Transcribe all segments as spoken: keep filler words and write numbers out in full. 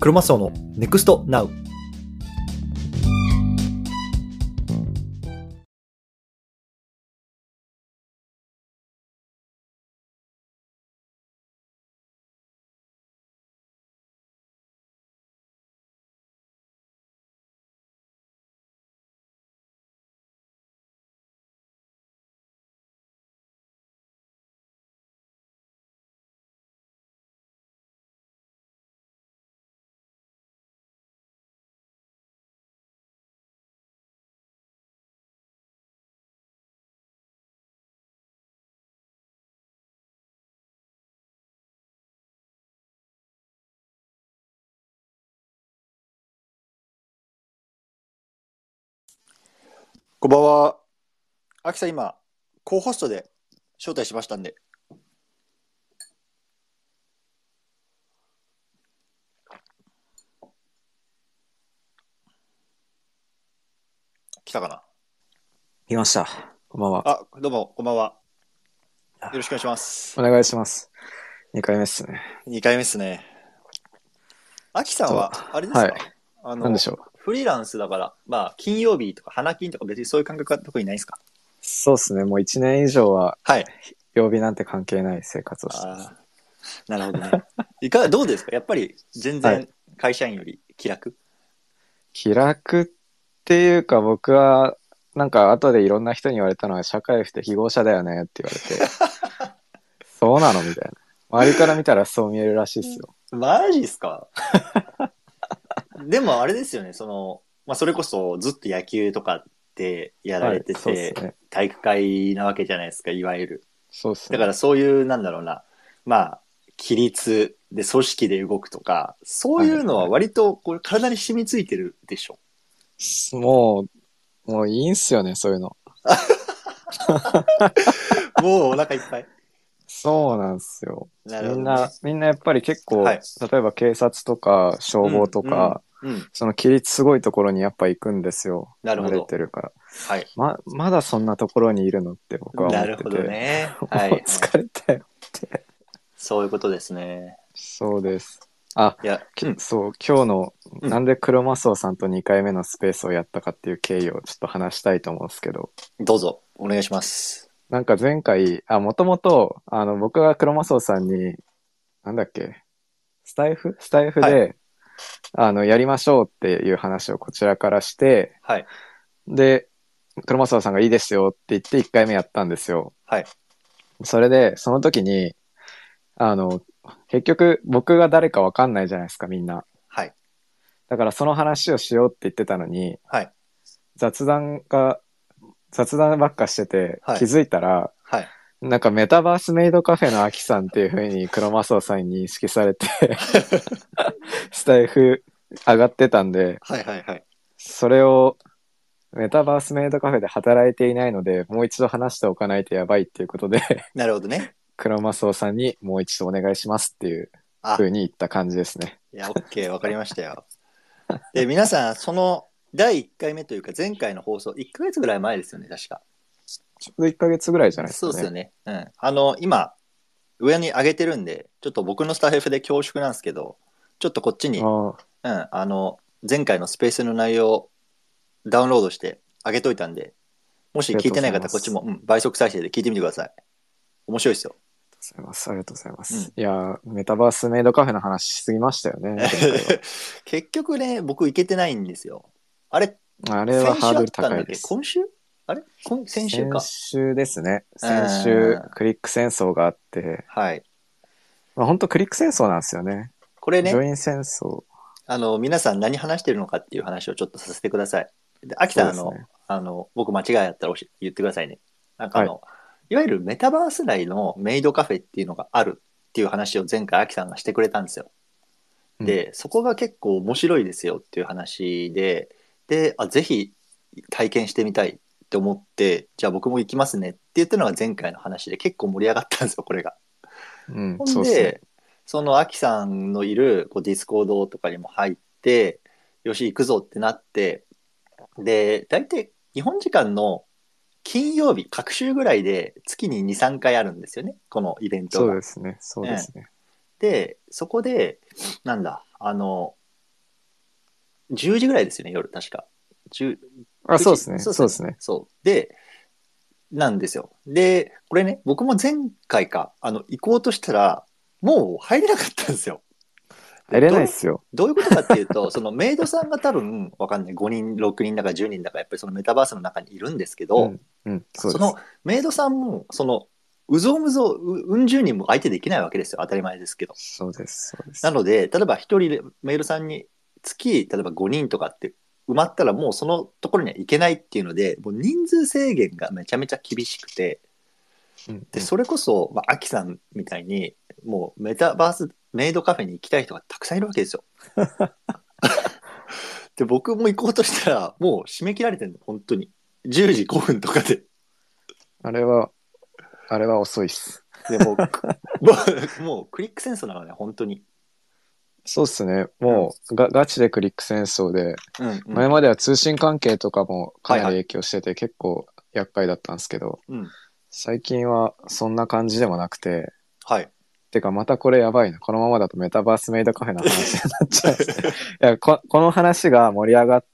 クロマスオのネクストナウ。こんばんは。アキさん、今コーホストで招待しましたんで。来たかな。 来ました。こんばんは。 あ、どうもこんばんは。よろしくお願いします。 お願いします。にかいめっすね。 にかいめっすね。アキさんはあれですか、 はい。 あのなんでしょう。 フリーランスだから、まあ金曜日とか花金とか別にそういう感覚は特にないですか？ そうっすね。もういちねん以上ははい。 曜日なんて関係ない生活をしてます。 ああ、なるほどね。いかがどうですか？やっぱり全はい然会社員より気楽？ 気楽っていうか、僕はなんか後でいろんな人に言われたのは、社会不適合者だよねって言われて、そうなのみたいな。周りから見たらそう見えるらしいっすよ。 マジっすか？でもあれですよね、その、まあ、それこそずっと野球とかってやらはい、 れてて、 そうっすね。 体育会なわけじゃないですか、いわゆる。 そうっすね。 だからそういう、なんだろうな、まあ、規律で組織で動くとか、そうはい、 いうのはは割とこれ体に染みついてるでしょ。 い。もう、もういいんすよね、そういうの。 もうお腹いっぱい。 そうなんですよ。 なるみんな、 ほどね。 みんなやっぱり結構、 はい。 例えば警察とか消防うん、うん、 とか、 うん。 その規律すごいところにやっぱ行くんですよ。慣れなるほど。 てるから。 はい。 ま、まだそんなところにいるのって僕は思なるほどってて、 ね。 もうはい、はい。 疲れたよって。 そういうことですね。 そうです。あ、 いや、うん、 きそう、今日の、 うん。 なんで黒マスオさんとにかいめのスペースをやったかっていう経緯をちょっと話したいと思うんですけど、 どうぞ、お願いします。 なんか前回、あ、もともと、あの、僕が黒マスオさんに、なんだっけ、スタイフスタイフはい、 で、あの、やりましょうっていう話をこちらからして、 はい、 で、車沢さんがいいですよって言っていっかいめやったんですよ。 はい、 それで、その時に、あの、結局僕が誰かわかんないじゃないですか、みんな。 はい、 だからその話をしようって言ってたのに、 はい、 雑談が、雑談ばっかしててはい、 気づいたら、 はい。 なんかメタバースメイドカフェのアキさんっていう風に黒マスオさんに認識されてスタイフ上がってたんで、 はいはいはい。 それをメタバースメイドカフェで働いていないので、もう一度話しておかないとやばいっていうことで、 なるほどね。 黒マスオさんにもう一度お願いしますっていうあ、 風に言った感じですね。 いや、オッケー、わかりましたよ。で、皆さん、そのだいいっかいめというか、前回の放送、いっかげつぐらい前ですよね、確か。 ちょうどいっかげつぐらいじゃないですかね。 そうですよね。うん。あの、今、上に上げてるんで、ちょっと僕のスタッフで恐縮なんですけど、ちょっとこっちに、 ああ、 うん、あの、前回のスペースの内容をダウンロードして上げといたんで、もしありがとうご聞いてない方、こっちざいます。 も、うん、倍速再生で聞いてみてください。面白いですよ。 ありがとうございます。ありがとうございまうん。 す。いやー、メタバースメイドカフェの話しすぎましたよね、前回は。 結局ね、僕行けてないんですよ。あれ、 あれは先週あハードルったんだっけ？ 高いです。 今週？あれ今先週先か。 週ですね。 う先週、 ーん。 クリック戦争があって、 はい。 まあ、本当クリック戦争なんですよね。 これね、 ジョイン戦争。 あの、皆さん何話してるのかっていう話をちょっとさせてください。で、秋さん、あの、 そうですね。 あの、僕間違いあったらおし言ってくださいね。なんかあはい。 の、いわゆるメタバース内のメイドカフェっていうのがあるっていう話を前回秋さんがしてくれたんですよ。 うん。 で、そこが結構面白いですよっていう話で、で、あ、ぜひ体験してみたいって思って、じゃあ僕も行きますねって言ったのが前回の話で結構盛り上がったんですよ、これが。 うん、 ほんそうですね。 で、そのアキさんのいるこうディスコードとかにも入って、よし、行くぞってなって、で、大体日本時間の金曜日、各週ぐらいで月にに、さんかいあるんですよね、このイベントが。 そうですね。そううん。 ですね。 で、そこで、なんだ、あの、 じゅうじぐらいですよね、夜、確か。じゅう、 あ、 くじそうですね。 そうそうですね。 そう。で、なんですよ。で、これね、僕も前回か、あの、行こうとしたら、もう入れなかったんですよ。で、 入れどう、 ないっすよ。 どういうことかっていうと、そのメイドさんが多分、わかんない、ごにん、ろくにんだかじゅうにんだか、やっぱりそのメタバースの中にいるんですけど、 うん。うん。そうそのです。 メイドさんも、その、うぞうむぞう、ううん十人も相手できないわけですよ。当たり前ですけど。 そうです。そうです。 なので、例えば一人でメイドさんにつき、例えばごにんとかって埋まったらもうそのところには行けないっていうので、もう人数制限がめちゃめちゃ厳しくて、 うんうで、 ん。 それこそ、まあ、アキさんみたいに、もうメタバースメイドカフェに行きたい人がたくさんいるわけですよ。で、僕も行こうとしたら、もう締め切られてるの、本当に。じゅうじごふんとかで。 あれは、あれは遅いっす。 で、もう、くもう、もうクリック戦争なのね、本当に。 そうっすね。 うん、 もうガ、ガチでクリック戦争で、 うん、うん。 前までは通信関係とかもかなりはいはい。 影響してて結構厄介だったんですけど、 うん。 最近はそんな感じでもなくて、 はい。 てかまたこれやばいな。このままだとメタバースメイドカフェの話になっちゃう。いやこ、この話が盛り上がって、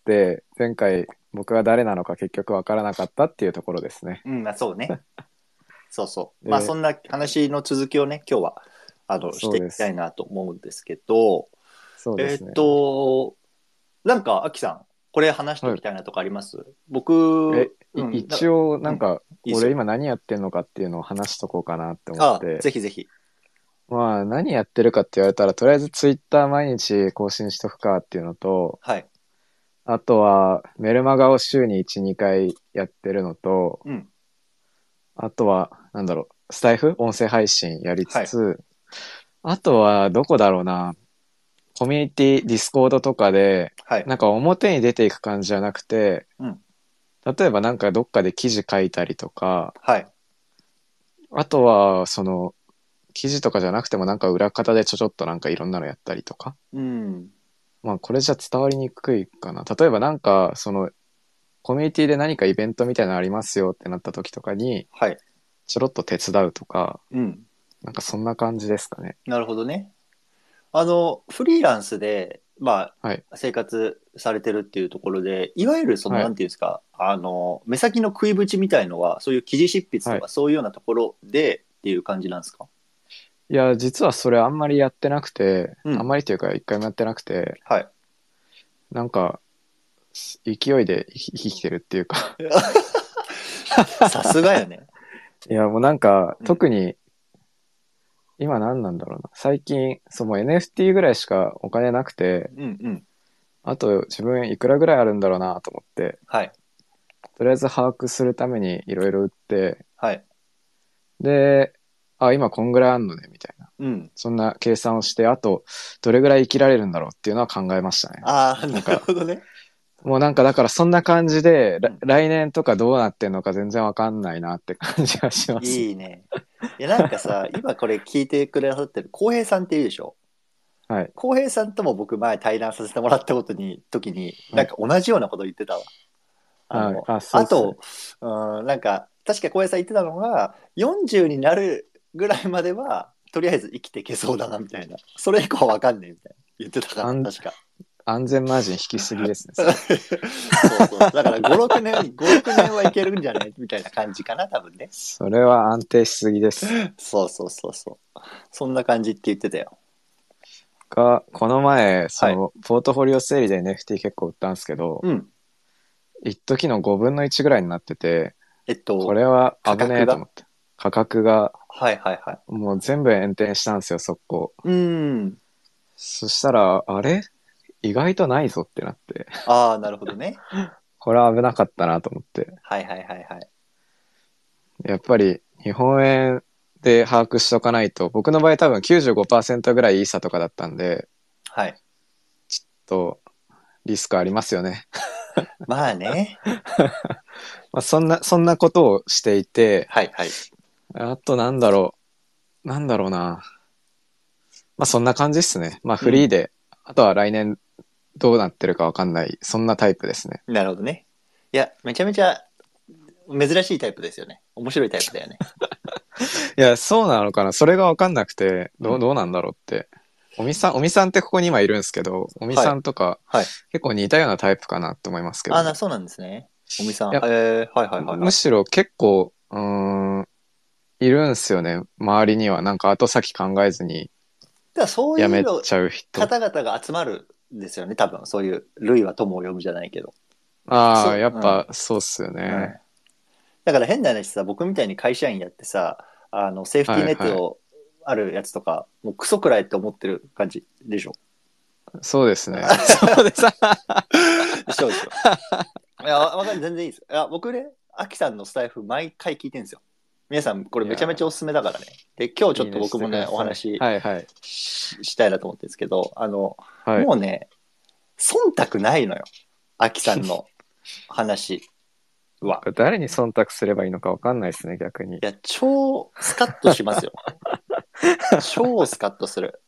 前回僕が誰なのか結局わからなかったっていうところですね。 うん、まあそうね。そうそう。まあで、 そんな話の続きをね、今日は、あの、していきたいそうです。 なと思うんですけど、えーっそうですね。 と、なんか、アキさん、これ話しておはい。 きたいなとかあります？僕、 え、いうん、だ一応なうん、 んか、 いいっすよ。 俺今何やってんのかっていうのを話しとこうかなって思っあ、 て。 ぜひぜひ。 まあ何やってるかって言われたら、とりあえずツイッター毎日更新しとくかっていうのと、 はい。 あとはメルマガを週にいち、にかいやってるのと、 うん。 あとは、なんだろう、スタイフ音声配信やりつはい。 つ、あとはどこだろうな、コミュニティ、ディスコードとかで、 はい。 なんか表に出ていく感じじゃなくて、 うん。 例えばなんかどっかで記事書いたりとか、 はい。 あとは、その、記事とかじゃなくてもなんか裏方でちょちょっとなんかいろんなのやったりとか。 うん。 まあこれじゃ伝わりにくいかな。例えばなんか、その、コミュニティで何かイベントみたいなのありますよってなった時とかに、 はい。 ちょろっと手伝うとか、 うん。 なんかそんな感じですかね。 なるほどね。あの、フリーランスで、まはい。 あ、生活されてるっていうところで、いわゆるその、 はい。 なんていうんですか、あの、目先の食いぶちみたいのは、そういう記事執筆はい。 とかそういうようなところでっていう感じなんですか？ いや、実はそれあんまりやってなくて、 うん。 あんまりというか一回もやってなくて、 はい。 なんか、勢いで生き生きてるっていうかさすがやね。 いや、もうなんか、 うん。 特に、今何なんだろうな。最近、そう、もう エヌエフティー ぐらいしかお金なくて、 うんうん。 あと自分いくらぐらいあるんだろうなと思って、 はい。 とりあえず把握するためにいろいろ売って、 はい。 で、あ、今こんぐらいあんのね、みたいな。 うん。 そんな計算をして、あと、どれぐらい生きられるんだろうっていうのは考えましたね。 ああ、なるなんか、 ほどね。 もうなんかだからそんな感じで、らうん。 来年とかどうなってんのか全然わかんないなって感じがします。 いいね。いや、なんかさ、今これ聞いてくださってる浩平さんっているでしょ？ はい。 浩平さんとも僕前対談させてもらったことに、時に、 はい。 なんか同じようなこと言ってたわ。あはい。 の、 あ、そうっすね。 あと、うん、なんか、確か小林さん言ってたのが、よんじゅうになるぐらいまでは、とりあえず生きていけそうだな、みたいな。それ以降はわかんねえ、みたいな。言ってたかな、 安、 確か。 安全マージン引きすぎですね、それ。 そうそう。だからご、ろくねん、ご、ろくねんはいけるんじゃねみたいな感じかな、多分ね。 それは安定しすぎです。 そうそうそうそう。そんな感じって言ってたよ。 が、この前、そはい。 の、ポートフォリオ整理で エヌエフティー 結構売ったんですけど、 うん。 一時のごぶんのいちぐらいになってて、 えっと、 これは危ね価格が。 えと思って。価格がはいはいはい。 もう全部炎転したんですよ、速攻。 うーん。 そしたら、あれ意外とないぞってなって、 ああ、なるほどね。 これは危なかったなと思って。 はいはいはいはい。 やっぱり日本円で把握しとかないと、僕の場合多分きゅうじゅうごパーセントぐらいイーサとかだったんで、 はい。 とリスクありますよね。 まあね。 まあそんな、そんなことをしていて、 はいはい。 あとなんだろう、なんだろうな。まあそんな感じっすね。まあうん。 フリーで、あとは来年どうなってるかわかんない、そんなタイプですね。 なるほどね。いや、めちゃめちゃ珍しいタイプですよね。面白いタイプだよね。 いや、そうなのかなそれがわかんなくて、どう、 うん。 どうなんだろうって。 おみさん、おみさんってここに今いるんですけど、おみさんとかはい。 結構似たようなタイプかなと思いますけどあ、 ね。 な、そうなんですね。おみさん。 いや、 えー、はいはいはいはい。 むしろ結構、うーん、いるんすよね。周りには。なんか後先考えずにだからそう辞いうのめちゃう人。 方々が集まるんですよね、多分。そういう、類は友を呼ぶじゃないけど。 ああ、 そう、うん。 やっぱそうっすようん。 ね。 だから変な話さ、僕みたいに会社員やってさ、あの、セーフティーはいはい。 ネットあるやつとか、もうクソくらいって思ってる感じでしょ。 そうですね。そうです。 でしょでしょ。いや、わわかる、全然いいです。いや、僕ね、アキさんのスタイフ毎回聞いてるんですよ。皆さん、これいやめちゃめちゃおすすめだからね。で、今日ちー、 ょっといいねして僕もね、おください。 話はいはい。 ししたいなと思ってるんですけど、あの、 はい。 もうね、忖度ないのよ。アキさんの話は。 誰に忖度すればいいのかわかんないですね、逆に。 いや、超スカッとしますよ。超スカッとする。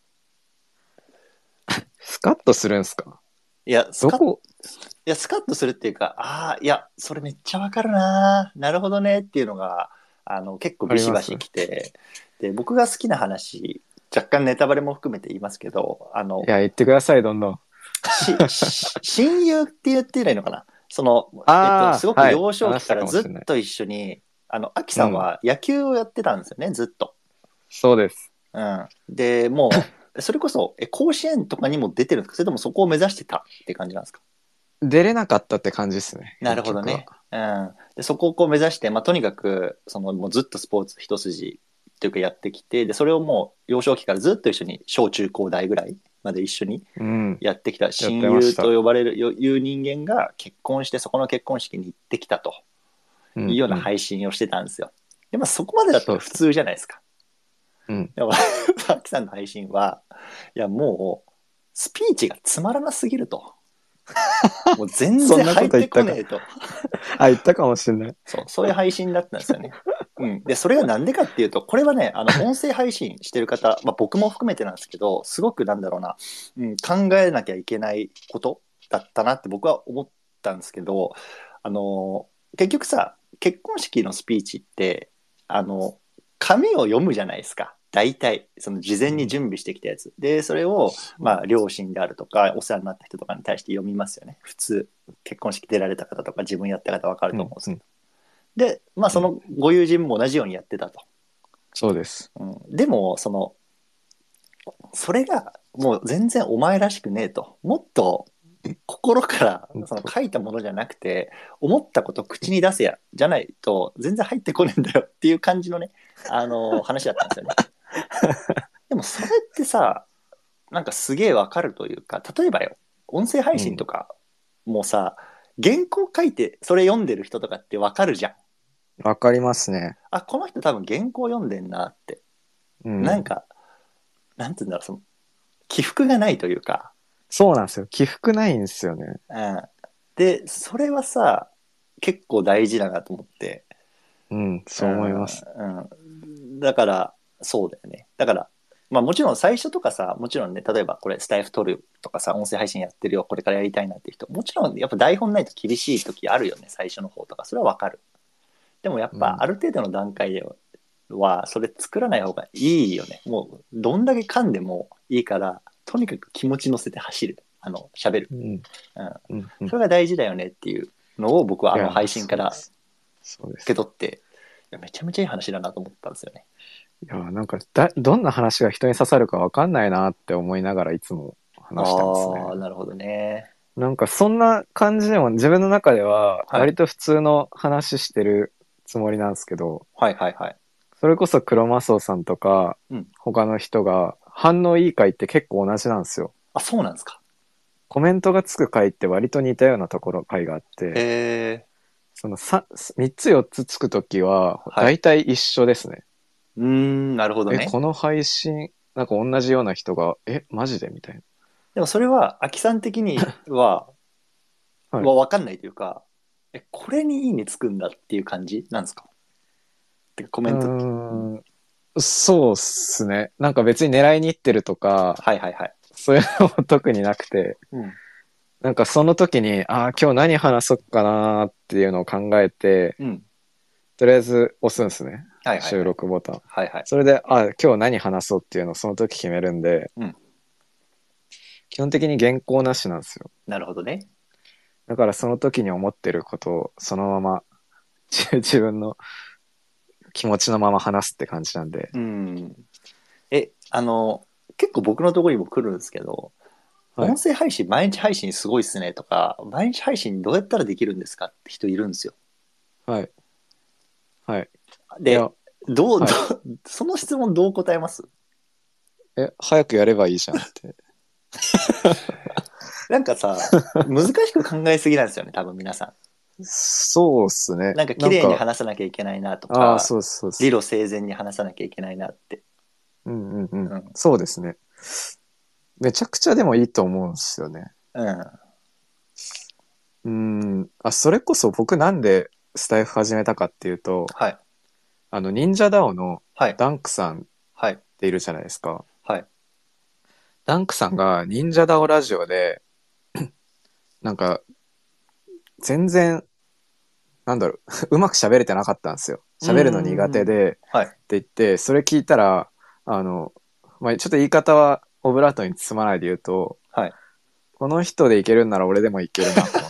スカッとするんすか？ いや、スカッ、いどこ？ や、スカッとするっていうか、ああ、いや、それめっちゃわかるな。なるほどねっていうのが、あの、結構あります。 ビシバシ来て、で、僕が好きな話、若干ネタバレも含めて言いますけど、あの、 いや、言ってください、どんどん。 し、し親友って言っていいのかな、その、えっと、すああ、はい。 ごく幼少期話しからずたかもしれない。 っと一緒に、あの、アキさんうん。 は野球をやってたんですよね、ずっと。 そうです。 うん。で、もう、それこそ、え、甲子園とかにも出てるんですか、それともそこを目指してたって感じなんですか？ 出れなかったって感じですね、 なる結局は。 ほどね。うん。で、そこをこう目指して、まあ、とにかく、その、もうずっとスポーツ一筋というかやってきて、で、それをもう幼少期からずっと一緒に、小中高大ぐらいまで一緒にうん。 やってきたやっ親てました。 友と呼ばれる、よいう人間が結婚して、そこの結婚式に行ってきたとうん、 いうようなうん。 配信をしてたんですよ。で、まあ、そこまでだったそうですね。 ら普通じゃないですか。 うん。 でも、アキさんの配信は、いや、もう、スピーチがつまらなすぎると。もう全然そんなこ入ってと言ったか。 こねえと。 あ、言ったかもしれない。 そう、そういう配信だったんですよね。うん。で、それがなんでかっていうと、これはね、あの、音声配信してる方、まあ僕も含めてなんですけど、すごくなんだろうな、うん、考えなきゃいけないことだったなって僕は思ったんですけど、あの、結局さ、結婚式のスピーチって、あの、紙を読むじゃないですか。大体、その事前うん。 に準備してきたやつ。で、それを、まあ、両親であるとか、お世話になった人とかに対して読みますよね。普通、結婚式出られた方とか、自分やった方わかるうん。 と思うんですけど。 うん。 で、まあ、 うん。 そのご友人も同じようにやってたと。 そうです。 うん、でも、その、それがもう全然お前らしくねえと。もっと心からそのほんと。 書いたものじゃなくて、思ったこと口に出せや、じゃないと全然入ってこねえんだよっていう感じのね、あの話だったんですよね。でもそれってさ、なんかすげえわかるというか、例えばよ、音声配うん。 信とかもうさ、原稿書いてそれ読んでる人とかってわかるじゃん。 わかりますね。 あ、この人多分原稿読んでんなって。 うん。 なんか、なんて言うんだろう、その、起伏がないというか、 そうなんですよ。起伏ないんですよね。 うん。で、それはさ、結構大事だなと思って、 うん。 うそう思います。 ん、うん。だから、そうだよね。だから、まあもちろん最初とかさ、もちろんね、例えばこれスタイフ撮るとかさ、音声配信やってるよ、これからやりたいなって人、もちろんやっぱ台本ないと厳しい時あるよね、最初の方とか。それはわかる。でもやっうん。 ぱある程度の段階では、それ作らない方がいいよね。もう、どんだけ噛んでもいいから、とにかく気持ち乗せて走る。あの、喋る。 うん。 うん。 うん。うん。 それが大事だよねっていうのを僕はあのいや、 配信からそうです。そうで受けす。 取って、いやめちゃめちゃいい話だなと思ったんですよね。 いや、なんかだ、どんな話が人に刺さるかわかんないなって思いながらいつも話してますああ、 ね。 なるほどね。 なんかそんな感じでも自分の中でははい。 割と普通の話してるつもりなんですけど、 はいはいはい。 それこそクロマスオさんとかうん。 他の人が反応いい回って結構同じなんですよ。 あ、そうなんですか。 コメントがつく回って割と似たようなところ回があっへて、 え。 その さみっつよっつつくときははい。 大体一緒ですね。 うーん、なるほどえ、 ね。 この配信、なんか同じような人が、え、マジでみたいでもそれは、アキさん的には、 な。はい。 は分かんないというか、え、これにいいねつくんだっていう感じなんですか？てかコメうント。うん、 ーん、そうっすね。なんか別に狙いに行ってるとか、 はいはいはい。 そういうのも特になくて、 うん。 なんかその時に、ああ、今日何話そっかなーっていうのを考えて、 うん。 とりあえず押すんですね。収はいはいはい。 録ボタン。 はいはい。 それで、ああ、今日何話そうっていうのをその時決めるんで、 うん。 基本的に原稿なしなんですよ。 なるほどね。 だからその時に思ってることをそのまま自自分の気持ちのまま話すって感じなんで。 うん。え、あの、結構僕のところにも来るんですけど、 はい。 音声配信、毎日配信すごいっすねとか、毎日配信どうやったらできるんですかって人いるんですよ。 はい。はい。いで、 や、 どう、どはい。 う、その質問どう答えます？ え、早くやればいいじゃんって。 なんかさ、難しく考えすぎなんですよね、多分皆さそうっすん。 ね。 なんか綺麗になんか、 話さなきゃいけないなとああ、 か、 そうです、そうです。 理路整然に話さなきゃいけないなって。 うんうんうん。 うん。 そうですね。めちゃくちゃでもいいと思うんですよね。 うん。 うーん。あ、それこそ僕なんでスタイフ始めたかっていうと、 はい。 あの、忍者ダオのはい。 ダンクさんっはい。 ているじゃないですか。 はい。 ダンクさんが忍者ダオラジオで、なんか、全然、なんだろう、うまく喋れてなかったんですよ。 うー喋るの苦手ん。 で、ってはい。 言って、それ聞いたら、あの、まあ、ちょっと言い方はオブラートに包まないで言うと、 はい。 この人でいけるんなら俺でもいけるなと思って。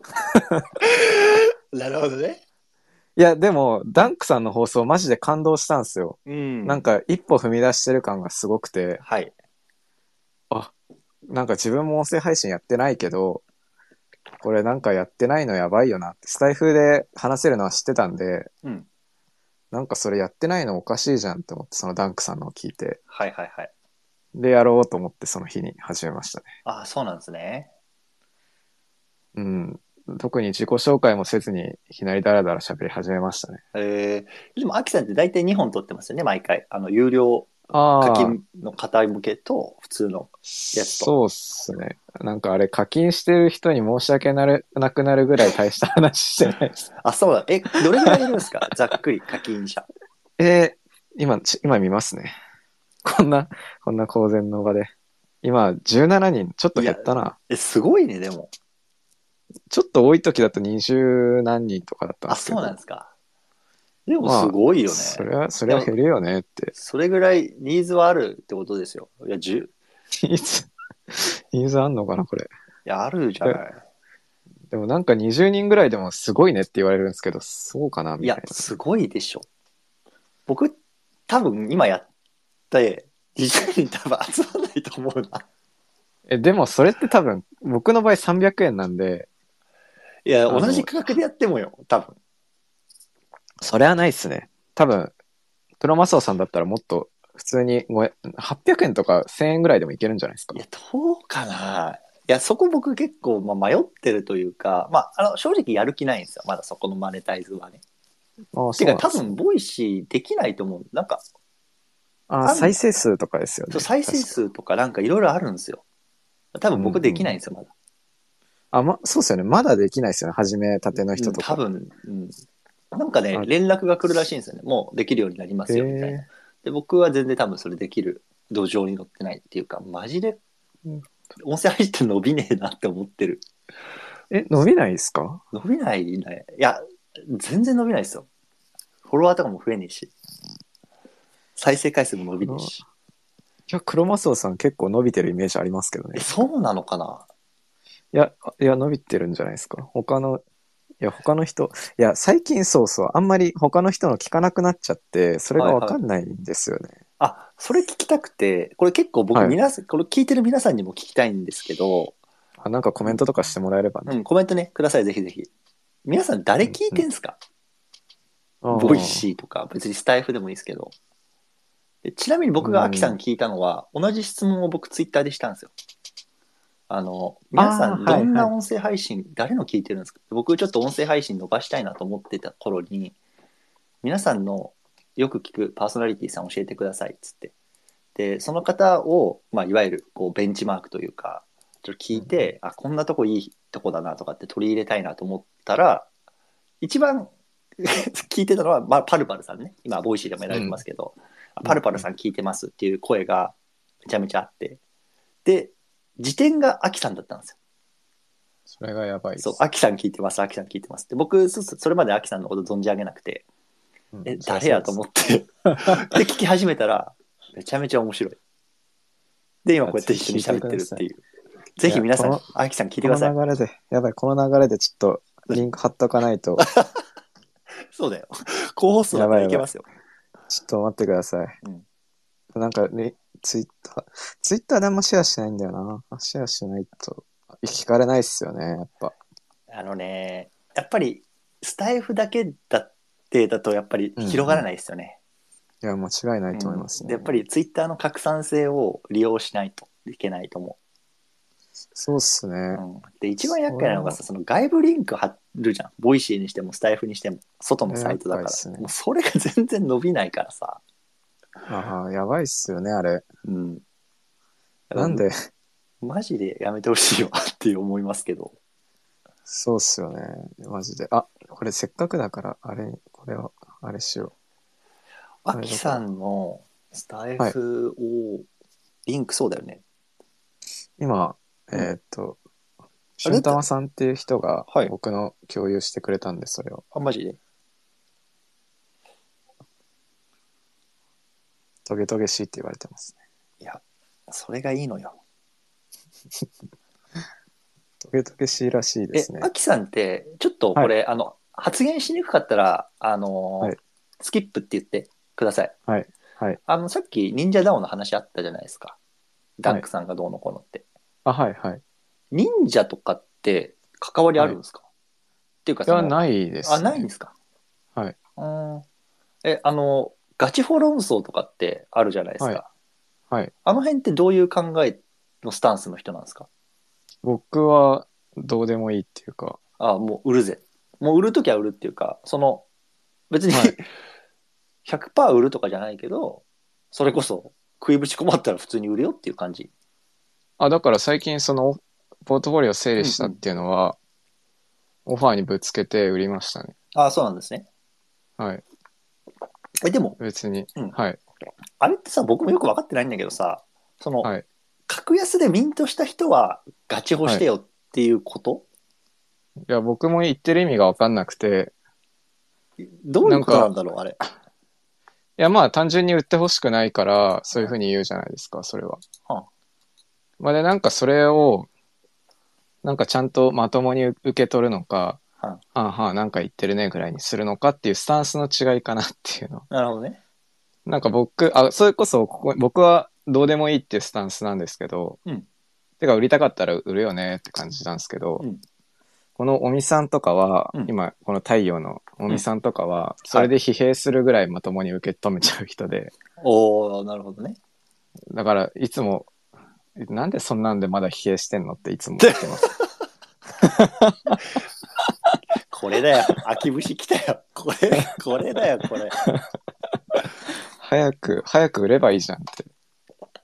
なるほどね。 いや、でも、ダンクさんの放送マジで感動したんですよ。 うん。 なんか一歩踏み出してる感がすごくて、 はい。 あ、なんか自分も音声配信やってないけど、これなんかやってないのやばいよなって、スタイフで話せるのは知ってたんで、 うん。 なんかそれやってないのおかしいじゃんって思って、そのダンクさんのを聞いて、 はいはいはい。 で、やろうと思ってその日に始めましたね。 ああ、そうなんですね。 うん。特に自己紹介もせずに、いきなりダラダラ喋り始めましたね。 えー、でも、アキさんって大体にほん撮ってますよね、毎回。あの、有料課ああ、 金の方向けと、普通のやつと。 そうっすね。なんかあれ課金してる人に申し訳なるなくなるぐらい大した話してないです。 あ、そうだ。え、どれぐらいいるんですか？ざっくり課金者。 えー、今、ち今見ますね。こんな、こんな公然の場で。今、じゅうななにん、ちょっといや、 減ったな。 え、すごいね、でも。 ちょっと多い時だとにじゅう何人とかだったんであ、そうなんですけど。 すか。でもすまあ、 ごいよね。 それは、それでも、 は減るよねって。 それぐらいニーズはあるってことですよ。いや、じゅう、 ニーズ、ニーズあんのかな、これ。 いや、あるじゃえない。 でもなんかにじゅうにんぐらいでもすごいねって言われるんですけど、そうかないや、 みたいな。 すごいでしょ。僕、多分今やって、にじゅうにん多分集まんないと思うな。 え、でもそれって多分、僕の場合さんびゃくえんなんで、 いや、同じあの、 価格でやってもよ、多分。 それはないっすね。多分、プロマスオさんだったらもっと普通にごえんはっぴゃくえんとかせんえんぐらいでもいけるんじゃないですか。 いや、どうかな。いや、そこ僕結構、まあ、迷ってるというか、まあ、あの、正直やる気ないんですよ。まだそこのマネタイズはね。 ああ、 てか、多そうなんですね。 分、ボイシーできないと思う。なんか、 ああ、 あん、 再生数とかですよそう、 ね。 再生確か。 数とかなんかいろいろあるんですよ。多分僕うんうん。 できないんですよ、まだ。 あ、ま、そうですよね。まだできないですよね。始めたてのうん、 人とか。 多分、うん。なんかね、 あ、 連絡が来るらしいんですよね。もうできるようになりまへすよ、みたいな。 え。 で、僕は全然多分それできる土壌に乗ってないっていうか、マジでうん音声配信って伸びねえなって思ってる。 え、伸びないですか？ 伸びないね。いや、全然伸びないですよ。フォロワーとかも増えねえし、再生回数も伸びねえ黒、 し。 いや、黒マスオさん結構伸びてるイメージありますけどえ、 ね。なんか。 そうなのかな？ いや、いや、伸びてるんじゃないですか。他の、いや、他の人、いや、最近そうそう、あんまり他の人の聞かなくなっちゃって、それがわはいはい。 かんないんですよね。 あ、それ聞きたくて、これ結構僕はい。 皆さん、これ聞いてる皆さんにも聞きたいんですけど、 あ、なんかコメントとかしてもらえればね。 うん、コメントね、ください、ぜひぜひ。皆さん誰聞いうんうん。 てんすか？ あボイあ、 シーとか、別にスタイフでもいいですけど。でちなみにう僕がアキさんん。 聞いたのは、同じ質問を僕ツイッターでしたんですよ。あの、皆さああ、 んどはいはい。 んな音声配信、誰の聞いてるんですか？僕ちょっと音声配信伸ばしたいなと思ってた頃に、皆さんのよく聞くパーソナリティさん教えてくださいっつって。で、その方を、まあ、いわゆるこうベンチマークというか、ちょっと聞いて、あ、こんなとこいいとこだなとかって取り入れたいなと思ったら、一番聞いてたのは、まあ、パルパルさんね。今、ボイシーでもやられてますうん。 けど、パルうんうん。 パルさん聞いてますっていう声がめちゃめちゃあって、で、時点がアキさんだったんですよ。 それがやばいでそう、 す。 アキさん聞いてます、アキさん聞いてますって。僕、そそれまでアキさんのこと存じ上げなくて、 うん、 え、 そりゃ誰やとそうです。 思ってで、聞き始めたら、めちゃめちゃ面白い。 で、今こうやって一緒に喋ってるっていう。ぜひ皆さん、あきさん聞いてください。 この流れで、やばい、この流れでちょっとリンク貼っとかないと。 そうだよ。高放送だからいけますよ。 ちょっと待ってください。うん、なんか、ね、ツイッター、ツイッターであんまシェアしないんだよな。シェアしないと聞かれないっすよね、やっぱ。 あのね、やっぱりスタイフだけだってだとやっぱり広がらないですよね。 うんうん、いや、間違いないと思いますね、 うん。やっぱりツイッターの拡散性を利用しないといけないと思う。 そうっすね。 うん、で、一番厄介なのがさ、その外部リンク貼るじゃん。ボイシーにしてもスタイフにしても、外のサイトだから。ね、もうそれが全然伸びないからさ。 ああ、やばいっすよね、あれ。 うん。 なんでマジでやめてほしいわって思いますけど。 そうっすよね。マジで。あ、これせっかくだから、あれ、これを、あれしよう。アキさんのスタイフを、リンクそうだよね。 今、えー、っと、しゅんたまさんっていう人が僕の共有してくれたんで、それを。 あ、マジでトゲトゲしいって言われてますね。 いや、それがいいのよ。 トゲトゲしいらしいですね。 え、アキさんって、ちょっとこれ、はい、あの、発言しにくかったら、あのーはい、スキップって言ってください。 はい。はい。 あの、さっき忍者ダオの話あったじゃないですか。ダンクさんがどうのこうのって。 あ、はいはい。 忍者とかって関わりあるんですか、はい、っていうかその、 いや、ないです、 ね。あ、ないんですか。 はい。 うん。え、あの、ガチフォ論争とかってあるじゃないですか。 はい。はい、 あの辺ってどういう考えのスタンスの人なんですか？ 僕はどうでもいいっていうか。 あ、もう売るぜ。もう売るときは売るっていうか、その、別に、はい、ひゃくパーセント 売るとかじゃないけど、それこそ食いぶち困ったら普通に売るよっていう感じ。 あ、だから最近そのポートフォリオ整理したっていうのは、うんうん、オファーにぶつけて売りましたね。 ああ、そうなんですね。 はい。 え、でも、 別に、 うん、 はい。 あれってさ、僕もよく分かってないんだけどさ、その、 はい、 格安でミントした人はガチホしてよっていうこと、 はい、いや、僕も言ってる意味が分かんなくて。 どういうことなんだろう、あれ。 いや、まあ単純に売ってほしくないから、そういうふうに言うじゃないですか、それは。はあ、まあで、なんかそれを、なんかちゃんとまともに受け取るのか、はあ、はあはあ、なんか言ってるねぐらいにするのかっていうスタンスの違いかなっていうの。 なるほどね。 なんか僕、あ、それこそここ、僕はどうでもいいっていうスタンスなんですけど、うん、てか売りたかったら売るよねって感じなんですけど、うん、このおみさんとかは、うん、今この太陽のおみさんとかは、それで疲弊するぐらいまともに受け止めちゃう人で。はい、 おー、なるほどね。 だからいつも、なんでそんなんでまだ疲弊してんのっていつも言ってます。 これだよ。秋節来たよ。これ、これだよ、これ。 早く、早く売ればいいじゃんって。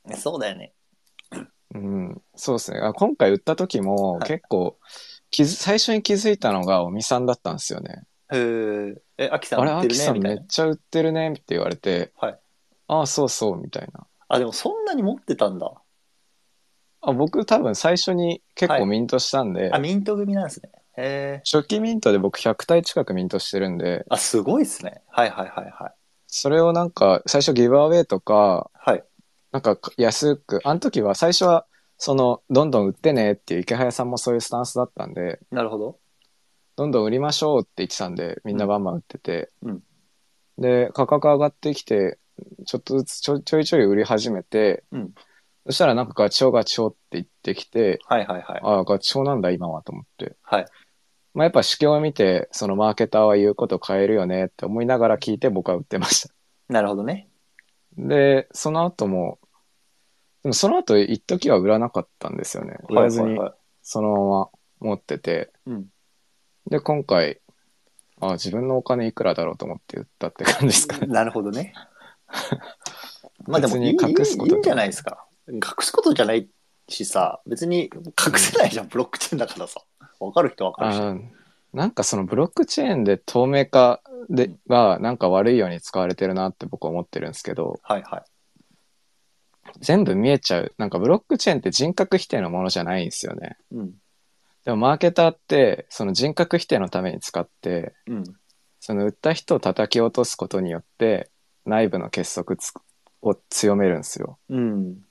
そうだよね。 うん、そうですね。あ、今回売った時も結構、はい、気づ最初に気づいたのがおみさんだったんですよね。 へえ。え、アキさん売ってるね。あれ、アキさんめっちゃ売ってるねって言われて、はい。ああ、そうそうみたいな。 あ、でもそんなに持ってたんだ。 あ、僕多分最初に結構ミントしたんで。はい、 あ、ミント組なんですね。へえ。 初期ミントで僕ひゃくたい近くミントしてるんで。 あ、すごいっすね。はいはいはいはい。 それをなんか最初ギブアウェイとか、 はい。 なんか安く、あの時は最初はそのどんどん売ってねっていう池早さんもそういうスタンスだったんで。 なるほど。 どんどん売りましょうって言ってたんで、みんなバンバン売ってて。 うん。 で、価格上がってきて、ちょっとずつちょちょいちょい売り始めて、うん、そしたらなんかガチョウガチョウって言ってきて、 はいはいはい。 ああ、ガチョウなんだ今はと思って。 はい。 まあやっぱ市況を見て、そのマーケターは言うこと変えるよねって思いながら聞いて僕は売ってました。 なるほどね。 で、その後も、でもその後一時は売らなかったんですよね。売らずにそのまま持ってて。はいはいはい、うん、で、今回、ああ、自分のお金いくらだろうと思って売ったって感じですかね。 なるほどね。まあでもいい、隠すこといいんじゃないですか。隠すことじゃないしさ、別に隠せないじゃん、うん、ブロックチェーンだからさ。わかる人わかるし。 なんかそのブロックチェーンで透明化でがなんか悪いように使われてるなって僕は思ってるんですけど、 はいはい。 全部見えちゃう。なんかブロックチェーンって人格否定のものじゃないんですよね。うん、でもマーケターってその人格否定のために使って、うん、その売った人を叩き落とすことによって内部の結束を強めるんですよ。うん、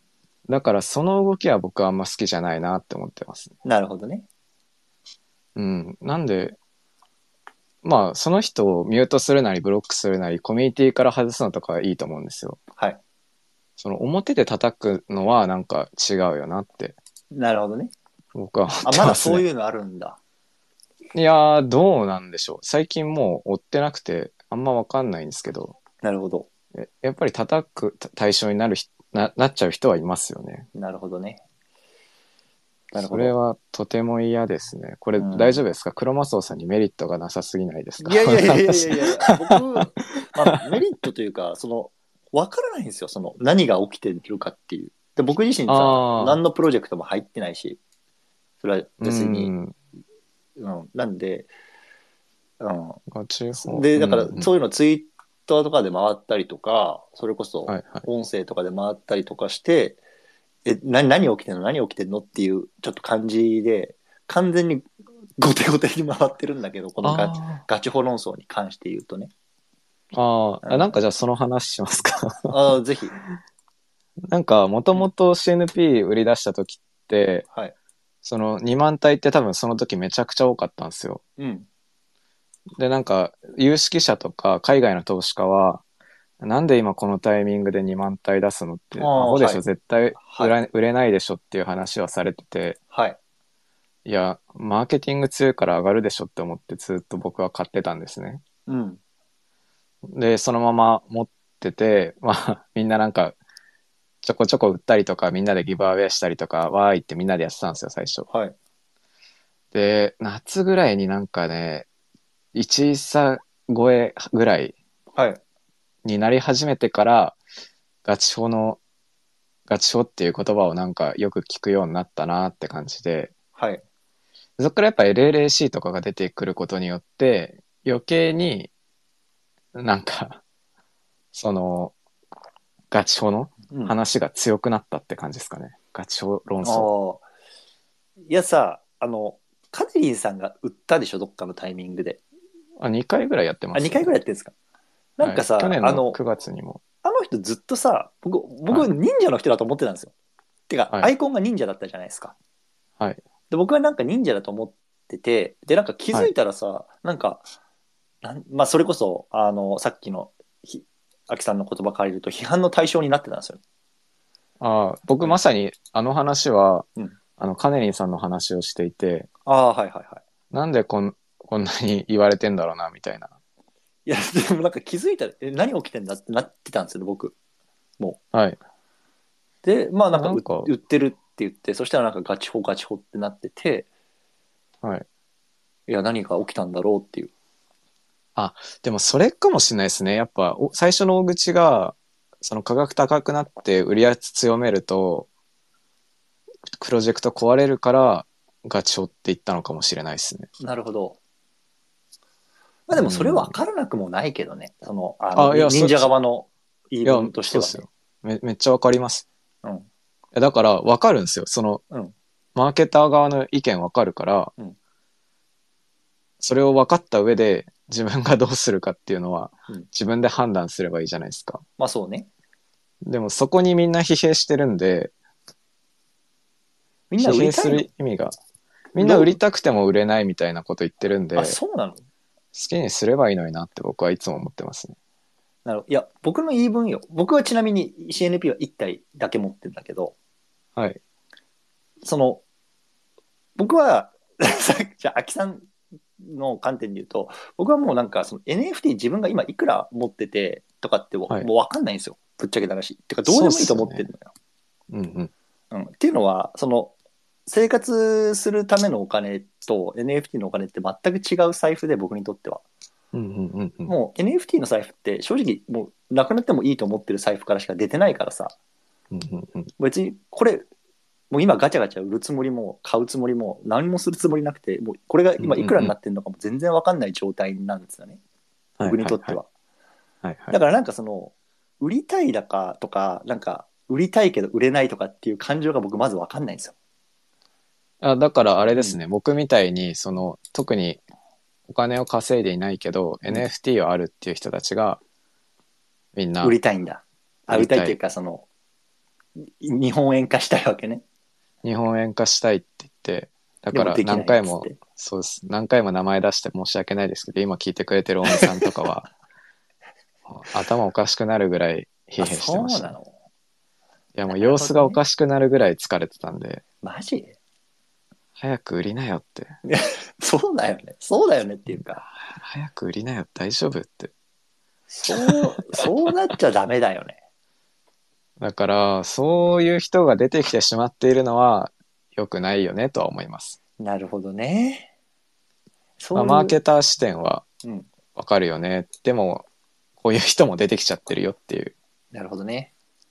だからその動きは僕はあんま好きじゃないなって思ってますね。 なるほどね。 うん。なんで、まあその人をミュートするなりブロックするなりコミュニティから外すのとかはいいと思うんですよ。 はい。 その表で叩くのはなんか違うよなってなるほどね。 僕は思あ、 ってますね。 まだそういうのあるんだ。 いやー、どうなんでしょう。最近もう追ってなくてあんまわかんないんですけど、 なるほど。 えやっぱり叩く対象になる人な、なっちゃう人はいますよね。 なるほどね。なるほど。 それはとても嫌ですね。これうん。 大丈夫ですか？クロマスオさんにメリットがなさすぎないですか？ いやいやいやいやい話。 やいや、僕、まあ、メリットというか、その、わからないんですよ。その、何が起きてるかっていう。で、僕自身さ、 ああ、 何のプロジェクトも入ってないし、それはう別に、 ん、 うん、なんで、うご地ん。 方、 で、だから、 うん、うん。 そういうのツイッターとかで回ったりとか、それこそ、 はいはい。 音声とかで回ったりとかして、え、何、何起きてんの何起きてんのっていう、ちょっと感じで、完全に後手後手に回ってるんだけど、このガチ、 あガチホ論争に関して言うとね。 あ、ああ、なんかうん。 じゃあその話しますか？ ああ、ぜひ。 なんか、もとうん。 もと シーエヌピー 売り出した時って、 はい。 そのにまん体って多分その時めちゃくちゃ多かったんですよ。 うん。 で、なんか、有識者とか海外の投資家は、なんで今このタイミングでにまん体出すのって、アああ、 ホでしょ、 はい。 絶対売はい。 ら売れないでしょっていう話はされてて、 はい。 いや、マーケティング強いから上がるでしょって思ってずっと僕は買ってたんですね。 うん。 で、そのまま持ってて、まあ、みんななんか、ちょこちょこ売ったりとか、みんなでギブアウェイしたりとか、わーいってみんなでやってたんですよ、最初。 はい。 で、夏ぐらいになんかね、いち差超えぐらいはい。 になり始めてから、ガチホの、ガチホっていう言葉をなんかよく聞くようになったなって感じで、 はい。 そこからやっぱ エルエルエーシー とかが出てくることによって、余計になんか、その、ガチホのうん。 話が強くなったって感じですかね。ガチホ論争。 ああ。いやさ、あの、カネリンさんが売ったでしょ、どっかのタイミングで。 あ、にかいぐらいやってまあ、にかいぐすよね。 らいやってるんですか？なんはい。去かさ、 年のあの、 くがつにも。 あの人ずっとさ、僕、僕、 はい。 忍者の人だと思ってたんですよ。てか、 はい。 アイコンが忍者だったじゃないですか。 はい。 で、僕はなんか忍者だと思ってて、で、なんか気づいはい。 たらさ、なんか、なんまあ、それこそ、あの、さっきの、ひ、アキさんの言葉借りると、批判の対象になってたんですよ。 ああ、僕うん。 まさにあの話は、 うん。 あの、カネリンさんの話をしていて、 ああ、はいはいはい。 なんでこん、こんなに言われてんだろうな、みたいな。 いや、でもなんか気づいたら、え、何起きてんだってなってたんですよ、僕。もはい。 う。で、まあなんか売なんか、 売ってるって言って、そしたらなんかガチホガチホってなってて、 はい。 いや、何が起きたんだろうっていう。 あ、でもそれかもしれないですね。やっぱ、お最初の大口が、その価格高くなって売り圧強めると、プロジェクト壊れるから、ガチョって言ったのかもしれないですね。 なるほど。まあでもそれうん。 分からなくもないけどね。その、あの、 あ、いや、そ、 に忍者そ側の言いいや、 分としてはね。 そうですよ。め、めっちゃわかります。 うん。 えだから、わかるんですよ。その、 うん。 マーケター側の意見わかるから、 うん。 それを分かった上で、自分がどうするかっていうのは、 うん。 自分で判断すればいいじゃないですか。 まあそうね。 でも、そこにみんな疲弊してるんで、 みんな疲弊す売りたいの？ る意味が、みんなどう、 売りたくても売れないみたいなこと言ってるんあ、 で、 そうなの？ 好きにすればいいのになって僕はいつも思ってますね。 なるほど。いや、僕の言い分よ。僕はちなみに シーエヌピー はいち体だけ持ってるんだけど、 はい。 その、僕は、じゃあ、秋さんの観点で言うと、僕はもうなんか、その エヌエフティー 自分が今いくら持っててとかってもはい。 う分かんないんですよ。ぶっちゃけた話。てか、どうそうっでもいいとすよね。 思ってるのよ。 うんうん。 うん。っていうのは、その、生活するためのお金と エヌエフティー のお金って全く違う財布で、僕にとっては。 うんうんうんうん。 もう エヌエフティー の財布って正直もうなくなってもいいと思ってる財布からしか出てないからさ、 うんうんうん。 別にこれ、もう今ガチャガチャ売るつもりも買うつもりも何もするつもりなくて、もうこれがうん今いくらになうんうん。 ってるのかも全然わかんない状態なんですよね。 はいはいはい。 僕にとっては。 はいはい。 だからなんかその、売りたいだかとか、なんか売りたいけど売れないとかっていう感情が僕まずわかんないんですよ。 あ、だからあれうん。 ですね。僕みたいに、その、特にお金を稼いでいないけど、 うん。 エヌエフティー はあるっていう人たちが、みんな売りたいんだ。あ、売りたいっていう売りたい。 かその、 日本円化したいわけね。 日本円化したいって言って、だからでもできない何回もっつって、 そうです。何回も名前出して申し訳ないですけど、今聞いてくれてるおみさんとかは、頭おかしくなるぐらい疲あ、 弊してましたね。 そうなの。 いやもうなるほどね様子がおかしくなるぐらい疲れてたんで、 マジ早く売りなよって。 そうだよね。そうだよねっていうか、 早く売りなよ、大丈夫って。 そう、そうなっちゃダメだよね。 だから、そういう人が出てきてしまっているのは良くないよねとは思います。 なるほどね。そまあ、 ういう、 マーケター視点はうん、 わかるよね。でも、こういう人も出てきちゃってるよっていう。 なるほどね。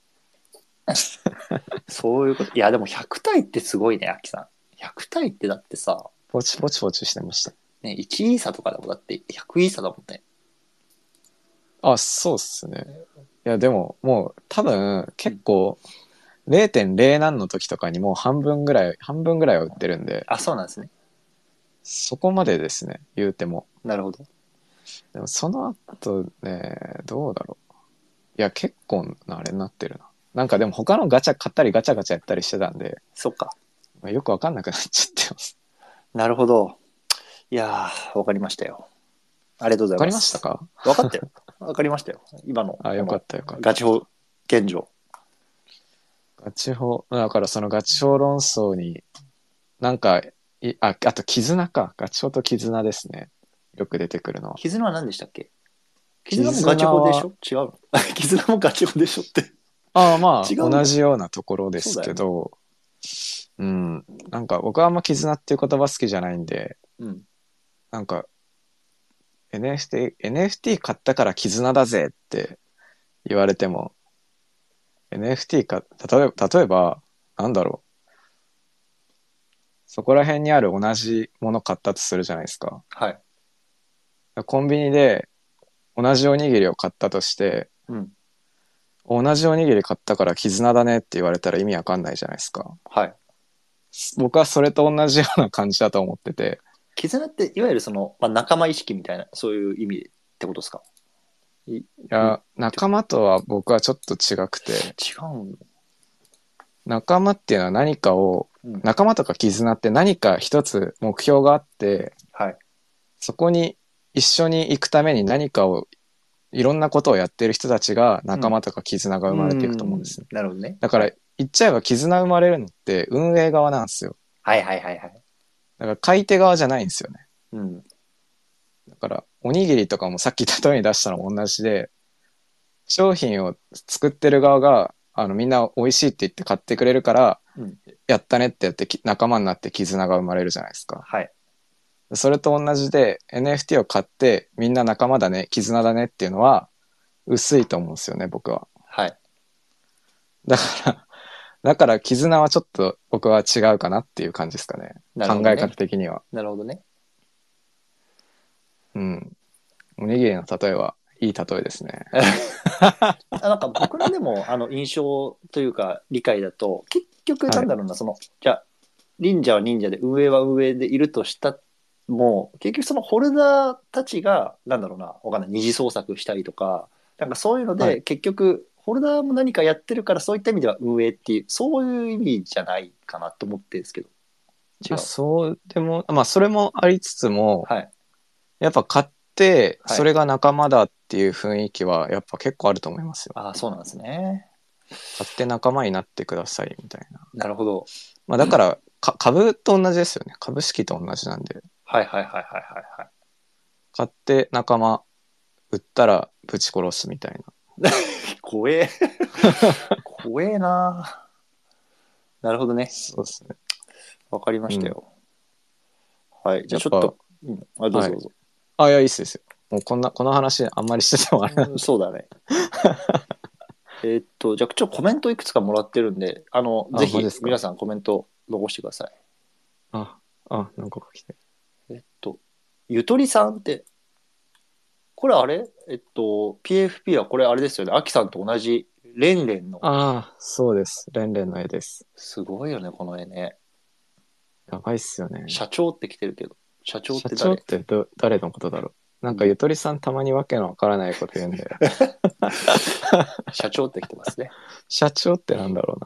そういうこと。いや、でもひゃくたいってすごいね、アキさん。ひゃくたいってだってさ、 ポチポチポチしてました。 ね、いちイーサとかでもだってひゃくイーサだもんね。 あ、そうっすね。いや、でも、もう多分結構 れいてんれい 何の時とかにもう半分ぐらい、半分ぐらいは売ってるんで、 あ、そうなんですね。 そこまでですね、言うても。 なるほど。 でもその後ね、どうだろう。いや、結構なあれになってるな。なんかでも他のガチャ買ったりガチャガチャやったりしてたんで、 そっか。 まあよくわかんなくなっちゃってます。 なるほど。いやー、わかりましたよ。ありがとうござわかりいます。 ましたか？ わかったよ。わかりましたよ。今の。 あ、よかったよかった。 ガチ法現状。 ガチ法、だからそのガチ法論争に、なんか、いあ、あと絆か。ガチ法と絆ですね。よく出てくるのは。 絆は何でしたっけ？絆もガチ法でしょ？違うの？絆もガチ法でしょって。 ああ、まあ、 違うの？ 同じようなところですけど、う、ね、ん。なんか僕はあんま絆っていう言葉好きじゃないんで、 うん。 なんか、エヌエフティー、エヌエフティー 買ったから絆だぜって言われても、エヌエフティー か、例えば、例えば、なんだろう。そこら辺にある同じもの買ったとするじゃないですか。 はい。 コンビニで同じおにぎりを買ったとして、 うん。 同じおにぎり買ったから絆だねって言われたら意味わかんないじゃないですか。 はい。 僕はそれと同じような感じだと思ってて。 絆っていわゆるその、まあ、仲間意識みたいな、そういう意味ってことですか？いいや、仲間とは僕はちょっと違くて、 違うの？ 仲間っていうのは何かを、 うん。 仲間とか絆って何か一つ目標があって、 はい。 そこに一緒に行くために何かを、いろんなことをやってる人たちが仲間とか絆が生まれていくと思うんですね。 なるほどね。 だからはい、 言っちゃえば絆生まれるのって運営側なんですよ。 はいはいはいはい。 だから買い手側じゃないんですよね。 うん。 だからおにぎりとかもさっき例えに出したのも同じで、商品を作ってる側があのみんな美味しいって言って買ってくれるから、 うん、 やったねってやって仲間になって絆が生まれるじゃないですか。 はい。 それと同じで エヌエフティー を買ってみんな仲間だね、絆だねっていうのは薄いと思うんですよね、僕は。 はい。 だからだから絆はちょっと僕は違うかなっていう感じですかね。 なるほどね。 考え方的には。 なるほどね。 うん。おにぎりの例えはいい例えですね。 あ、なんか僕のでもあの印象というか理解だと、結局なんだろうな、はい、そのじゃあ忍者は忍者で運営は運営でいるとしたもう結局そのホルダーたちがなんだろうな、わかんない、二次創作したりとかなんかそういうので、はい、結局ホルダーも何かやってるから、そういった意味では運営っていうそういう意味じゃないかなと思ってるんですけど。違う。 まあ、そうでもまあそれもありつつも、 はい、 やっぱ買ってそれが仲間だっていう雰囲気はやっぱ結構あると思いますよ。 はい、ああ、そうなんですね。 買って仲間になってくださいみたいな。 なるほど。 まあだからか株と同じですよね。株式と同じなんで。 はいはいはいはいはいはい。 買って仲間、売ったらぶち殺すみたいな。 怖え。怖えな。なるほどね。 そうですね。 わかりましたよ。うん、はい。じゃあちょっと、うん、あ、どうぞどうぞ。 はい、あ、いや、いいっすですよ。もうこんな、この話あんまりしててもあれなんで、うん、 そうだね。えっと、じゃあちょっとコメントいくつかもらってるんで、あの、ぜひ皆さんコメント残してください。 あ、あ、なんか来て。 えっと、ゆとりさんって、これあれえっと、ピーエフピー はこれあれですよね。アキさんと同じ、レンレンの。 ああ、そうです。レンレンの絵です。 すごいよね、この絵ね。 やばいっすよね。 社長って来てるけど。社長って誰？ 社長ってど誰のことだろう。なんかゆとりさんたまにわけのわからないこと言うんで。 社長って来てますね。 社長ってなんだろうな。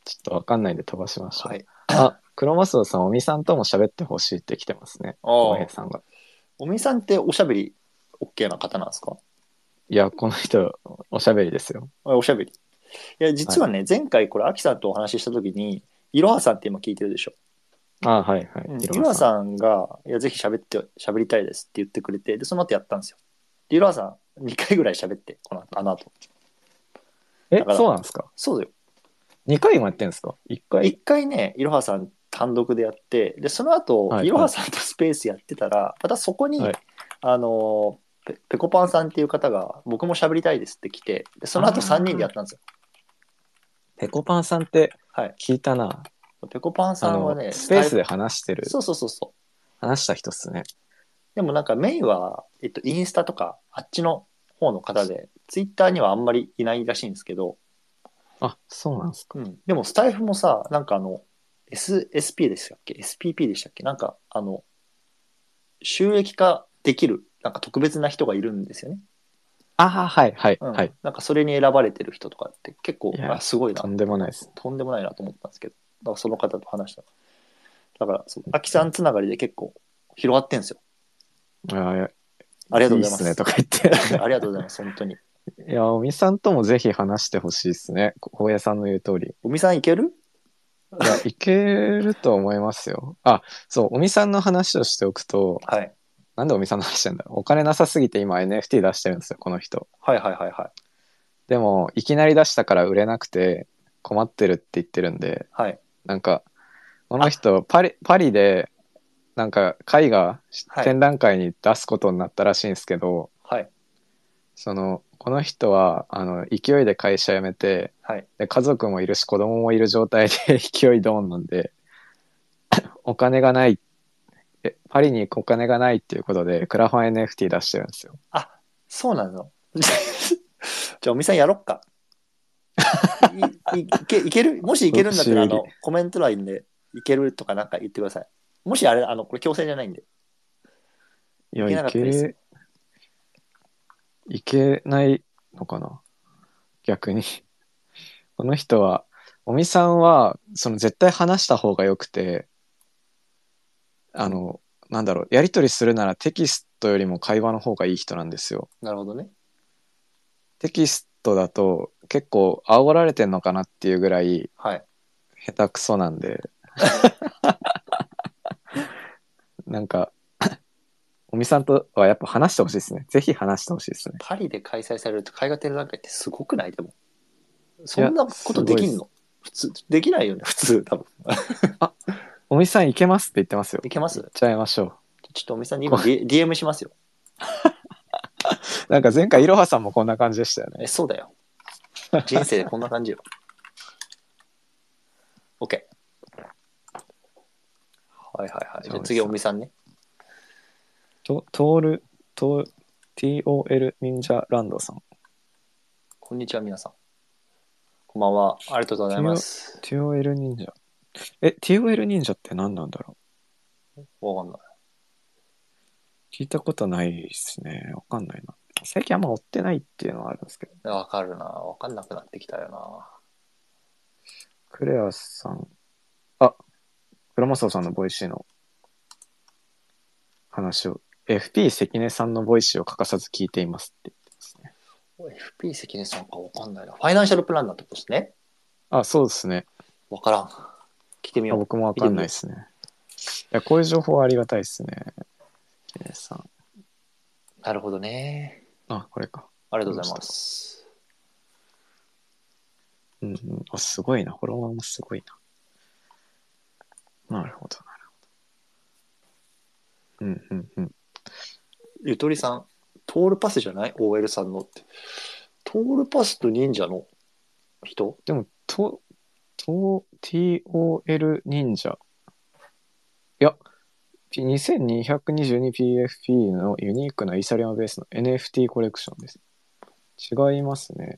ちょっとわかんないんで飛ばしましょう。 はい。 あ、黒マスオさん、おみさんとも喋ってほしいって来てますね。浩ああ、 平さんが。 おみさんっておしゃべり OK な方なんですか？ いや、この人、おしゃべりですよ。 あ、おしゃべり。いや、 はい。 実はね、前回これ、アキさんとお話ししたときに、いろはさんって今聞いてるでしょ。 あ、はいはい。 うん、いいろはさん。 ろはさんが、いや、ぜひ喋って、喋りたいですって言ってくれて、で、その後やったんですよ。で、いろはさん、にかいぐらい喋って、この後、あの後。だえ、 から、 そうなんですか？ そうだよ。 に 回もやってんですか？ いっ 回。 一回ね、いろはさん単独でやって、で、その後、 はいはい。 いろはさんとスペースやってたら、またそこに、 はい。 あの、ペペコパンさんっていう方が、僕も喋りたいですって来て、でその後さんにんでやったんですよ。 ペコパンさんってはい。 聞いたな。 ペコパンあの、 さんはね、 ススタイフ、 ペースで話してる、 そうそうそうそう。 話した人っすね。 でもなんかメインは、えっと、インスタとか、あっちの方の方で、ツイッターにはあんまりいないらしいんですけど、 あ、そうなんですか。 うん。でもスタイフもさ、なんかあの、S、エスピー でしたっけ？ エスピーピー でしたっけ？なんか、あの、収益化できる、なんか特別な人がいるんですよね。 ああ、はいはいうん。 はい。 なんかそれに選ばれてる人とかって結構、 いや、 あ、すごいな。 とんでもないです。 とんでもないなと思ったんですけど、だからその方と話した。だから、そう、アキさんつながりで結構広がってんですよ。 あーありがとういいっすねございます。 とか言って。 ありがとうございます、本当に。 いや、おみさんともぜひ話してほしいですね。浩平さんの言う通り。 おみさんいける？ いや、いけると思いますよ。あ、そう、おみさんの話をしておくと、 はい。 なんでおみさんの話してんだろう。お金なさすぎて今 エヌエフティー 出してるんですよ、この人。 はいはいはいはい。 でも、いきなり出したから売れなくて困ってるって言ってるんで、 はい。 なんか、この人、パリ、パリで、なんか、絵画はい。 展覧会に出すことになったらしいんですけど、 はい。 その、この人は、あの、勢いで会社辞めて、 はい。 で、家族もいるし、子供もいる状態で勢いドーンなんで、お金がない、えパリに行くお金がないっていうことで、クラファン エヌエフティー 出してるんですよ。 あ、そうなの。じゃあ、おみさんやろっか。い、い、いけ、いけるもしいけるんだったら、あ押し売り。 の、コメント欄でいけるとかなんか言ってください。もしあれ、あの、これ強制じゃないんで。 いや、 いけいなかったらいいですよ。 け、いけないのかな逆に。この人は、尾身さんは、その絶対話した方がよくて、あの、なんだろう、やり取りするならテキストよりも会話の方がいい人なんですよ。 なるほどね。 テキストだと結構煽られてんのかなっていうぐらいはい。 下手くそなんで、なんか、尾身さんとはやっぱ話してほしいですね。ぜひ話してほしいですね。 パリで開催されると絵画展覧会ってすごくない？でも。 いや、 そんなことすごいっす。 できんの？普通、できないよね、普通、多分。 あ、尾身さんいけますって言ってますよ。 いけます？ 言っちゃいましょちょっとおみさんにう。こ今、D、ディーエム しますよ。 なんか前回いろはさんもこんな感じでしたよね。 え、そうだよ。人生でこんな感じよ。OK。はいはいはい。じゃあ次、おみさんね。 とトール、ト ティーオーエル 忍者ランドさん。 こんにちは、皆さん。こんばんは。ありがとうございます。 ティーオーエル 忍者。え、ティーオーエル 忍者って何なんだろわかんない。 う。聞いたことないですね。わかんないな。最近あんま追ってないっていうのはあるんですけど。 わかるな。わかんなくなってきたよな。 クレアさん。あ、クラマソウさんのボイシーの話を。エフピー 関根さんのボイシーを欠かさず聞いていますって言ってますね。 エフピー 関根さんかわかんないな。ファイナンシャルプランナーってことですね。 あ、そうですね。 わからん。聞いてみあ、 よう。 僕もわかんないですね。いや、こういう情報はありがたいですね。関根さん。 なるほどね。 あ、これか。 ありがとうございます。 うんうん。あ、すごいな。フォロワーもすごいな。なるほど、なるほど。うんうんうん。 ゆとりさん、トールパスじゃない？ オーエル さんのって。トールパスと忍者の人？ でも、と、と、ティーオーエル 忍者。いや、にせんにひゃくにじゅうにピーエフピー のユニークなイーサリアムベースの エヌエフティー コレクションです。違いますね。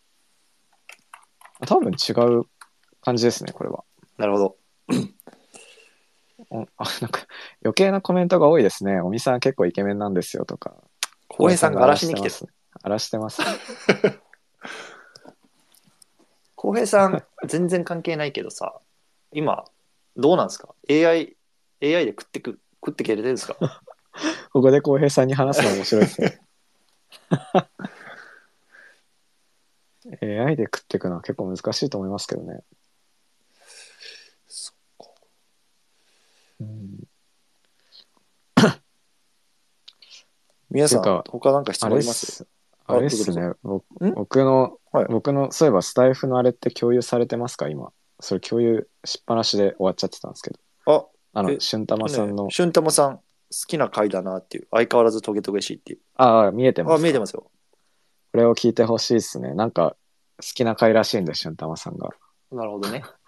多分違う感じですね、これは。 なるほど。 おあ、なんか余計なコメントが多いですね。おみさん結構イケメンなんですよとか。 浩平さんが荒らしに来てる。 荒らしてます。荒らしてます。 浩平さん、全然関係ないけどさ、今、どうなんですか？ エーアイ、エーアイ で食ってく、食ってけれてるんですか？ ここで浩平さんに話すの面白いですね。エーアイ で食っていくのは結構難しいと思いますけどね。 そっか。 うん、 皆さん、 ていうか、 他なんか質あ問あります？ れっす。ああ、 れっどうぞどうぞ。 すね。僕ん僕の、 はい。 僕の、そういえばスタイフのあれって共有されてますか今。それ共有しっぱなしで終わっちゃってたんですけど。 あ、 あの、 えっ俊玉とね、 さんの、 俊玉さん、好きな回だなっていう、相変わらずトゲトゲしいっていう。 ああ、見えてまあ、 すか？ 見えてますよ。 これを聞いてほしいですね。なんか、好きな回らしいんで、俊玉さんが。 なるほどね。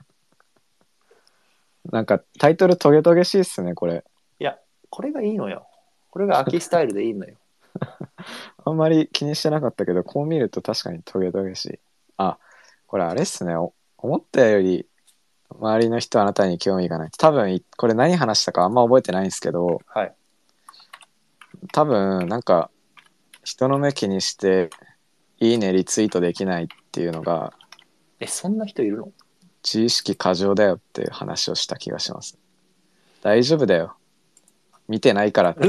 なんか、タイトルトゲトゲしいっすね、これ。 いや、これがいいのよ。これが秋スタイルでいいのよ。 あんまり気にしてなかったけど、こう見ると確かにトゲトゲしい。あ、これあれっすね。お思ったより、周りの人はあなたに興味がない。多分、いこれ何話したかあんま覚えてないんですけど、 はい。 多分、なんか、人の目気にして、いいね、リツイートできないっていうのが、 え、そんな人いるの？ 自意識過剰だよっていう話をした気がします。大丈夫だよ。見てないからって。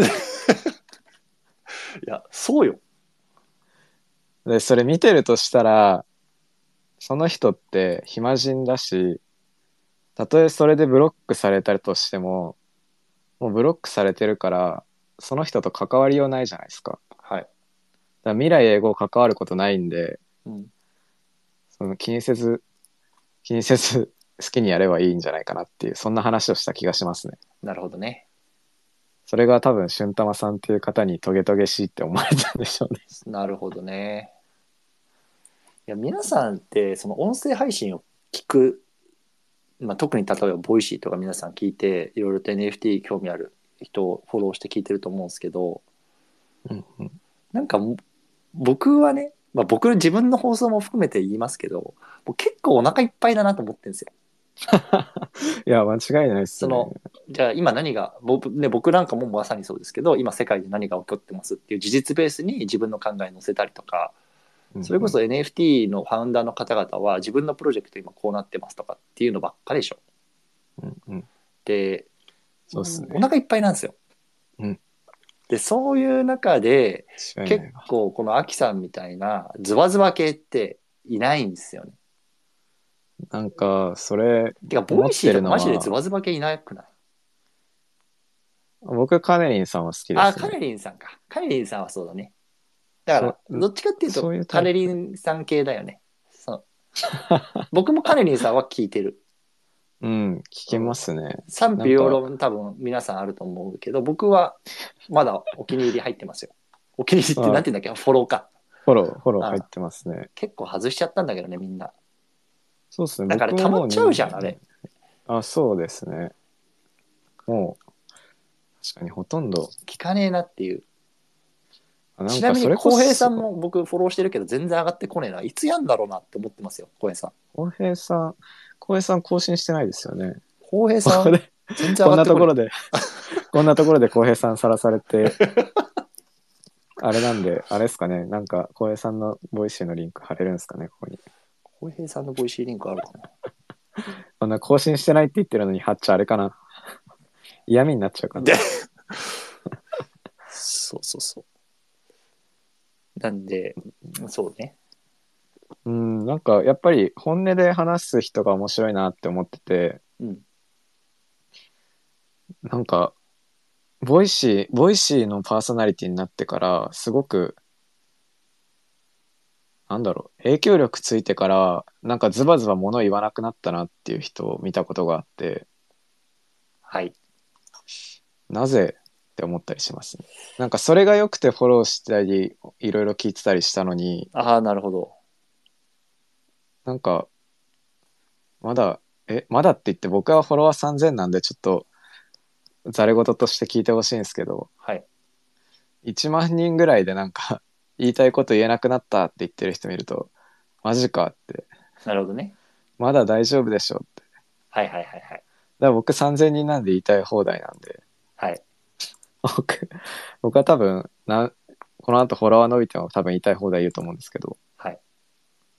いや、そうよ。 で、それ見てるとしたら、その人って暇人だし、たとえそれでブロックされたとしても、もうブロックされてるから、その人と関わりようないじゃないですか。だかはい。 ら未来永劫関わることないんで、 うん。 その気にせず、気にせず好きにやればいいんじゃないかなっていう、そんな話をした気がしますね。 なるほどね。 それが多分、俊玉さんっていう方にトゲトゲしいって思われたんでしょうね。 なるほどね。いや、皆さんって、その音声配信を聞く、まあ、特に例えば、ボイシーとか皆さん聞いて、いろいろと エヌエフティー 興味ある人をフォローして聞いてると思うんですけど、 うんうん、 なんか僕はね、まあ、僕自分の放送も含めて言いますけど、もう結構お腹いっぱいだなと思ってるんですよ。 いや、間違いないっすね。 その、じゃあ今何が、僕、ね、僕なんかもまさにそうですけど、今世界で何が起こってますっていう事実ベースに自分の考えを載せたりとか、 うんうん、 それこそ エヌエフティー のファウンダーの方々は自分のプロジェクト今こうなってますとかっていうのばっかりでしょ。 うんうん、 で、 そうっすね。 お腹いっぱいなんですよ。 うん、 で、そういう中で結間違いないわ。 構このアキさんみたいなズバズバ系っていないんですよね。 なんか、それ、 てか、ボ思ってるイシーとかマジでズのは、 バズバ系いなくない？ 僕、カネリンさんは好きであ、 すね。 カネリンさんか。カネリンさんはそうだね。だかそ、 ら、どっちかっていうと、 そういうタカネリイプ。 ンさん系だよね。そう。僕もカネリンさんは聞いてる。 うん、聞きうん。 ますね。 賛否両なんか、 論多分皆さんあると思うけど、僕はまだお気に入り入ってますよ。お気に入りってまあ、 なんて言うんだっけ？フォローか。 フォロー、フォロー入っあ、 てますね。 結構外しちゃったんだけどね、みんな。 そうですね。 だから僕ももう溜まっちゃうじゃん、あに、 れ。 あ、そうですね。もう、確かにほとんど、 聞かねえなっていう。 あ、なんちなみに、 かそれこ浩平さんそ、 も僕フォローしてるけど全然上がってこねえな。いつやんだろうなって思ってますよ、浩平さん。 浩平さん、浩平さん更新してないですよね。 浩平さん、 ここで、 全然こん上がってこねなところで、こんなところで浩平さんさらされて、あれなんで、あれですかね。なんか、浩平さんのボイシーのリンク貼れるんですかね、ここに。 え。浩平さんのボイシーリンクあるかな？ こんな更新してないって言ってるのに貼っちゃあれかな。嫌味になっちゃうかな。 で、そうそうそう。なんで、そうね。 うん、なんか、やっぱり本音で話す人が面白いなって思ってて、 うん。 なんか、ボイシー、ボイシーのパーソナリティになってから、すごく、なんだろう、影響力ついてから、なんかズバズバ物言わなくなったなっていう人を見たことがあって、 はい。 なぜって思ったりしますね。なんかそれが良くてフォローしたり、いろいろ聞いてたりしたのに、 ああ、なるほど。 なんか、まだ、え、まだって言って僕はフォロワーさんぜんなんでちょっと、ざれ言として聞いてほしいんですけど、 はい。 いちまん人ぐらいでなんか言いたいこと言えなくなったって言ってる人見ると、マジかって、 なるほどね。 まだ大丈夫でしょって。 はいはいはいはい。 だから僕さんぜんにんなんで言いたい放題なんで、 はい。 僕、僕は多分な、この後フォロワー伸びても多分言いたい放題言うと思うんですけど、 はい。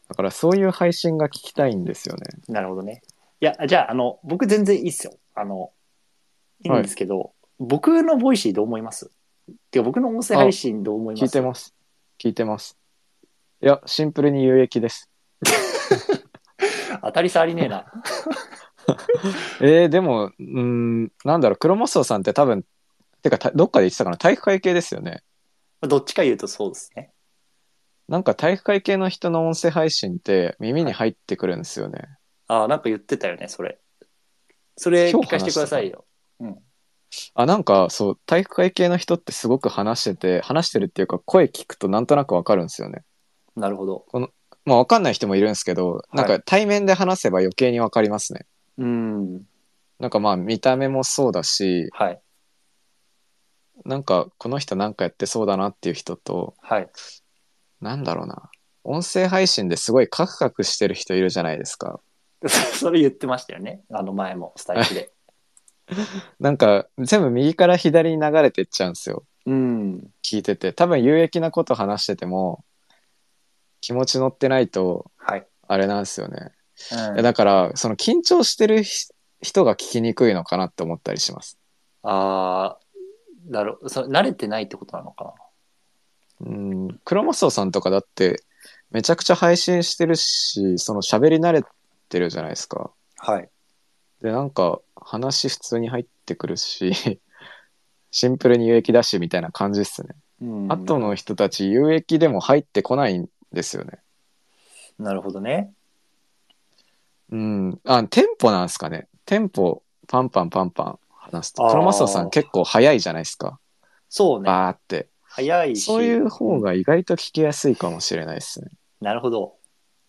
だからそういう配信が聞きたいんですよね。 なるほどね。いや、じゃあ、あの、僕全然いいっすよ。あの、いいんはい。 ですけど、僕のボイシーどう思います？てか、僕の音声配あ、 信どう思います？ 聞いてます。聞いてます。いや、シンプルに有益です。 当たり障りねえな。 えー、でも、うーん、なんだろう、クロモスオさんって多分、てか、たどっかで言ってたかな、体育会系ですよね。 どっちか言うとそうですね。 なんか体育会系の人の音声配信って耳にはい。 入ってくるんですよね。 ああ、なんか言ってたよね、それ。それ今日聞かせて話したかな。 くださいよ。うん。 あ、なんかそう、体育会系の人ってすごく話してて、話してるっていうか声聞くとなんとなくわかるんですよね。 なるほど。 この、まあわかんない人もいるんですけど、なんはい。 か対面で話せば余計にわかりますね。 うん。 なんかまあ見た目もそうだし、 はい。 なんかこの人なんかやってそうだなっていう人と、 はい。 なんだろうな。音声配信ですごいカクカクしてる人いるじゃないですか。 それ言ってましたよね。あの前もスタイフで。 なんか全部右から左に流れていっちゃうんですよ。 うん。 聞いてて。多分有益なこと話してても気持ち乗ってないとはい。 あれなんですよね。 ういやん。 だからその緊張してるひ人が聞きにくいのかなって思ったりします。 ああ、だろう。それ慣れてないってことなのかな。 うん、クロマスオさんとかだってめちゃくちゃ配信してるし、その喋り慣れてるじゃないですか。 はい。 で、なんか話普通に入ってくるし、シンプルに有益だしみたいな感じっすね。 うん。な後のるほ人たち有益でも入ってこないんですよね。 ど。なるほどね。 うん。あ、テンポなんですかね。テンポパンパンパンパン話すと。クロマスオさんああ、 結構早いじゃないですか。 そうね。 バーって。 早いし、 そういううん。 方が意外と聞きやすいかもしれないですね。 なるほど。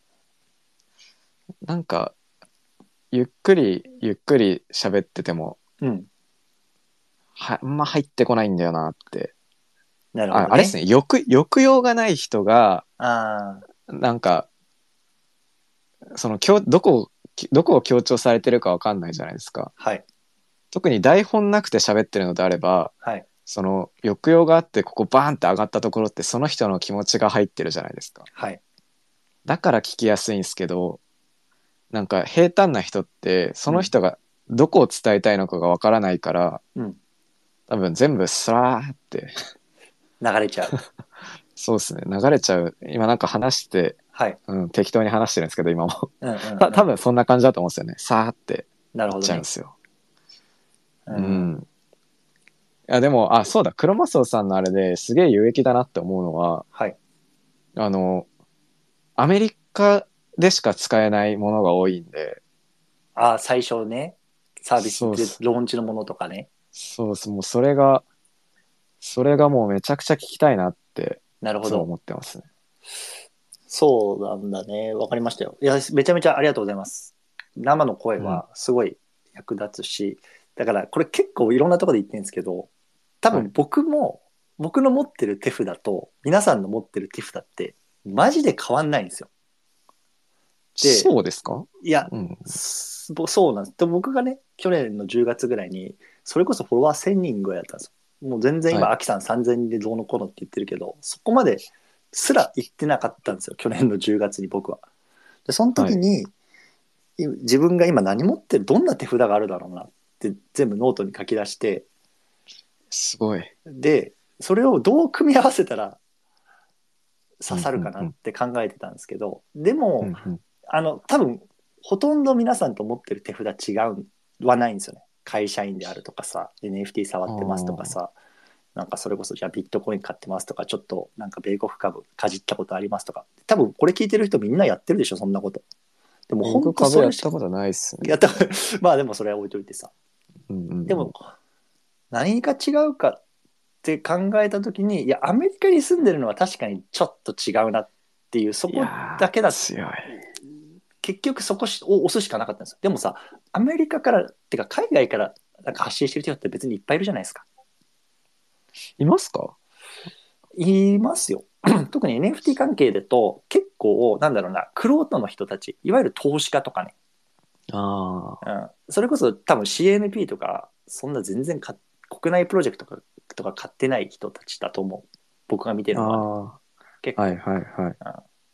なんか、ゆっくりゆっくり喋ってても、 うん。 は、あんま入ってこないんだよなって。 なるほあ、 どね。 あれですね。抑、抑揚がない人が、 ああ、 なんか、その、強どこを、どこを強調されてるかわかんないじゃないですか。 はい。 特に台本なくて喋ってるのであれば、 はい。 その抑揚があってここバーンって上がったところってその人の気持ちが入ってるじゃないですか。 はい。 だから聞きやすいんですけど、なんか平坦な人ってそうん。 の人がどこを伝えたいのかがわからないから、 うん。 多分全部スラーって流れちゃう。 そうですね、流れちゃう。今なんか話して、 はい。 うん、適当に話してるんですけど今もうんうた多んうん。 分そんな感じだと思うんですよね。さーっていっなるほどね。 ちゃうんですよ。 うん。 うん。いやでも、あ、そうだ、クロマスオさんのあれですげえ有益だなって思うのは、 はい。 あの、アメリカでしか使えないものが多いんで、 ああ、最初ね。サービスで、 そうっす。 ローンチのものとかね。 そうっす。もうそれが、それがもうめちゃくちゃ聞きたいなっていつもなるほど。 思ってますね。 そうなんだね。わかりましたよ。いや、めちゃめちゃありがとうございます。生の声うん。 はすごい役立つし、だからこれ結構いろんなところで言ってるんですけど、多分はい。 僕も、僕の持ってる手札と皆さんの持ってる手札ってマジで変わんないんですよ。で、 そうですか？ いや、 うん。 すそうなんです。で、僕がね、去年のじゅうがつぐらいに、それこそフォロワーせんにんぐらいだったんですよ。もう全然今、 はい。 アキさんさんぜんにんでどうのこうのって言ってるけど、そこまですら言ってなかったんですよ。去年のじゅうがつに僕は。で、そのはい。 時に、い自分が今何持ってる、どんな手札があるだろうなって全部ノートに書き出して、 すごい。 で、それをどう組み合わせたら刺うん、うん、 さるかなっうん。 て考えてたんですけど、でも、 うん、うん。 あの、多分、ほとんど皆さんと持ってる手札違うはないんですよね。会社員であるとかさ、エヌエフティー 触あってますとかあ。 さ、なんかそれこそじゃあビットコイン買ってますとか、ちょっとなんか米国株かじったことありますとか、多分これ聞いてる人みんなやってるでしょ、そんなこと。でも本僕株当それしか、 やったことないっすね。 やった、まあでもそれは置いといてさ。 うん、うん、 でもうん。 何が違うかって考えた時に、いや、アメリカに住んでるのは確かにちょっと違うなっていう、そいこやー、 だけだ、 強い。 結局そこを押すしかなかったんですよ。でもさ、アメリカから、ってか海外からなんか発信してる人って別にいっぱいいるじゃないですか。 いますか？ いますよ。特に エヌエフティー 関係だと結構、なんだろうな、クロートの人たち、いわゆる投資家とかね、 ああうん、それこそ多分 シーエヌピー とか、そんな全然か国内プロジェクトとかとか買ってない人たちだと思う。僕が見てー。あるのはね、 あ。 結構。 はい、はい、はい。 うん、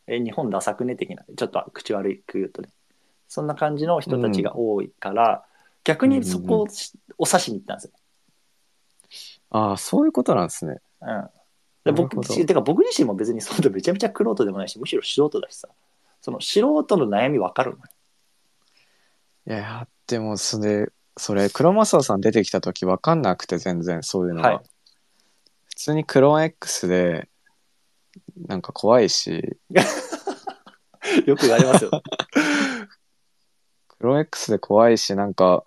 え日本ダサくね的な、ちょっと口悪く言うとね、そんな感じの人たちが多いから、逆にそこをを指しに行ったんですよ。 ああ、そういうことなんですね。 うん。で僕てか僕自身も別にそんなめちゃめちゃ玄人でもないし、むしろ素人だしさ、その素人の悩みわかるのよ。 いや、でもそれ、それ、クロマスオさん出てきた時わかんなくて全然そういうのが。はい、普通にクローン X で、なんか怖いし。 よく言われますよ。 クローン X で怖いし、なんか、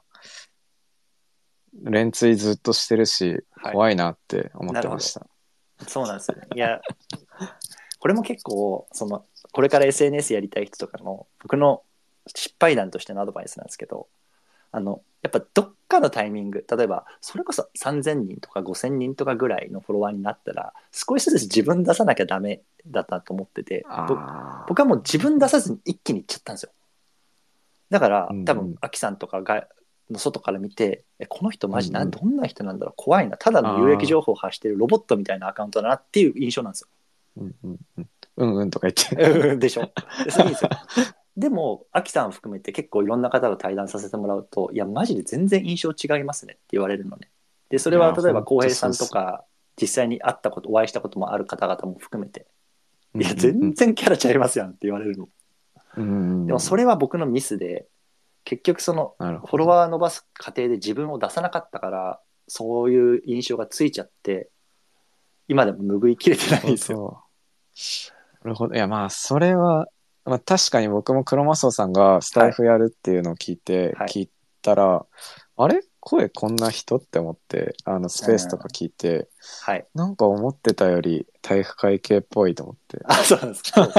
連追ずっとしてるし、はい、怖いなって思ってました。 そうなんですよね。いや、これも結構、その、これから エスエヌエス やりたい人とかの、僕の失敗談としてのアドバイスなんですけど、あの、やっぱどっかのタイミング、例えば、それこそさんぜんにんとかごせんにんとかぐらいのフォロワーになったら、少しずつ自分出さなきゃダメだったと思ってて、僕はもう自分出さずに一気にいっちゃったんですよ。だから、多分、アキさんとかが、の外から見て、えこの人マジな、うんうん、どんな人なんだろう、怖いな、ただの有益情報を発してるロボットみたいなアカウントだなっていう印象なんですよ。 うんうんうん、うんうんとか言ってでしょ。でそれいいんですよ。でもアキさん含めて結構いろんな方と対談させてもらうと、いやマジで全然印象違いますねって言われるのね。でそれは例えば浩平さんとか実際に会ったことお会いしたこともある方々も含めて、いや全然キャラ違いますやんって言われるの。 うんうんうん、 でもそれは僕のミスで、結局そのフォロワー伸ばす過程で自分を出さなかったから、そういう印象がついちゃって今でも拭いきれてないんですよ。 なるほど。いやまあそれは、まあ、確かに僕もクロマスオさんがスタイフやるっていうのを聞いて、はい、聞いたら、あれ声こんな人って思って、あのスペースとか聞いて、うんはい、なんか思ってたより体育会系っぽいと思って。 あ、そうなんですか。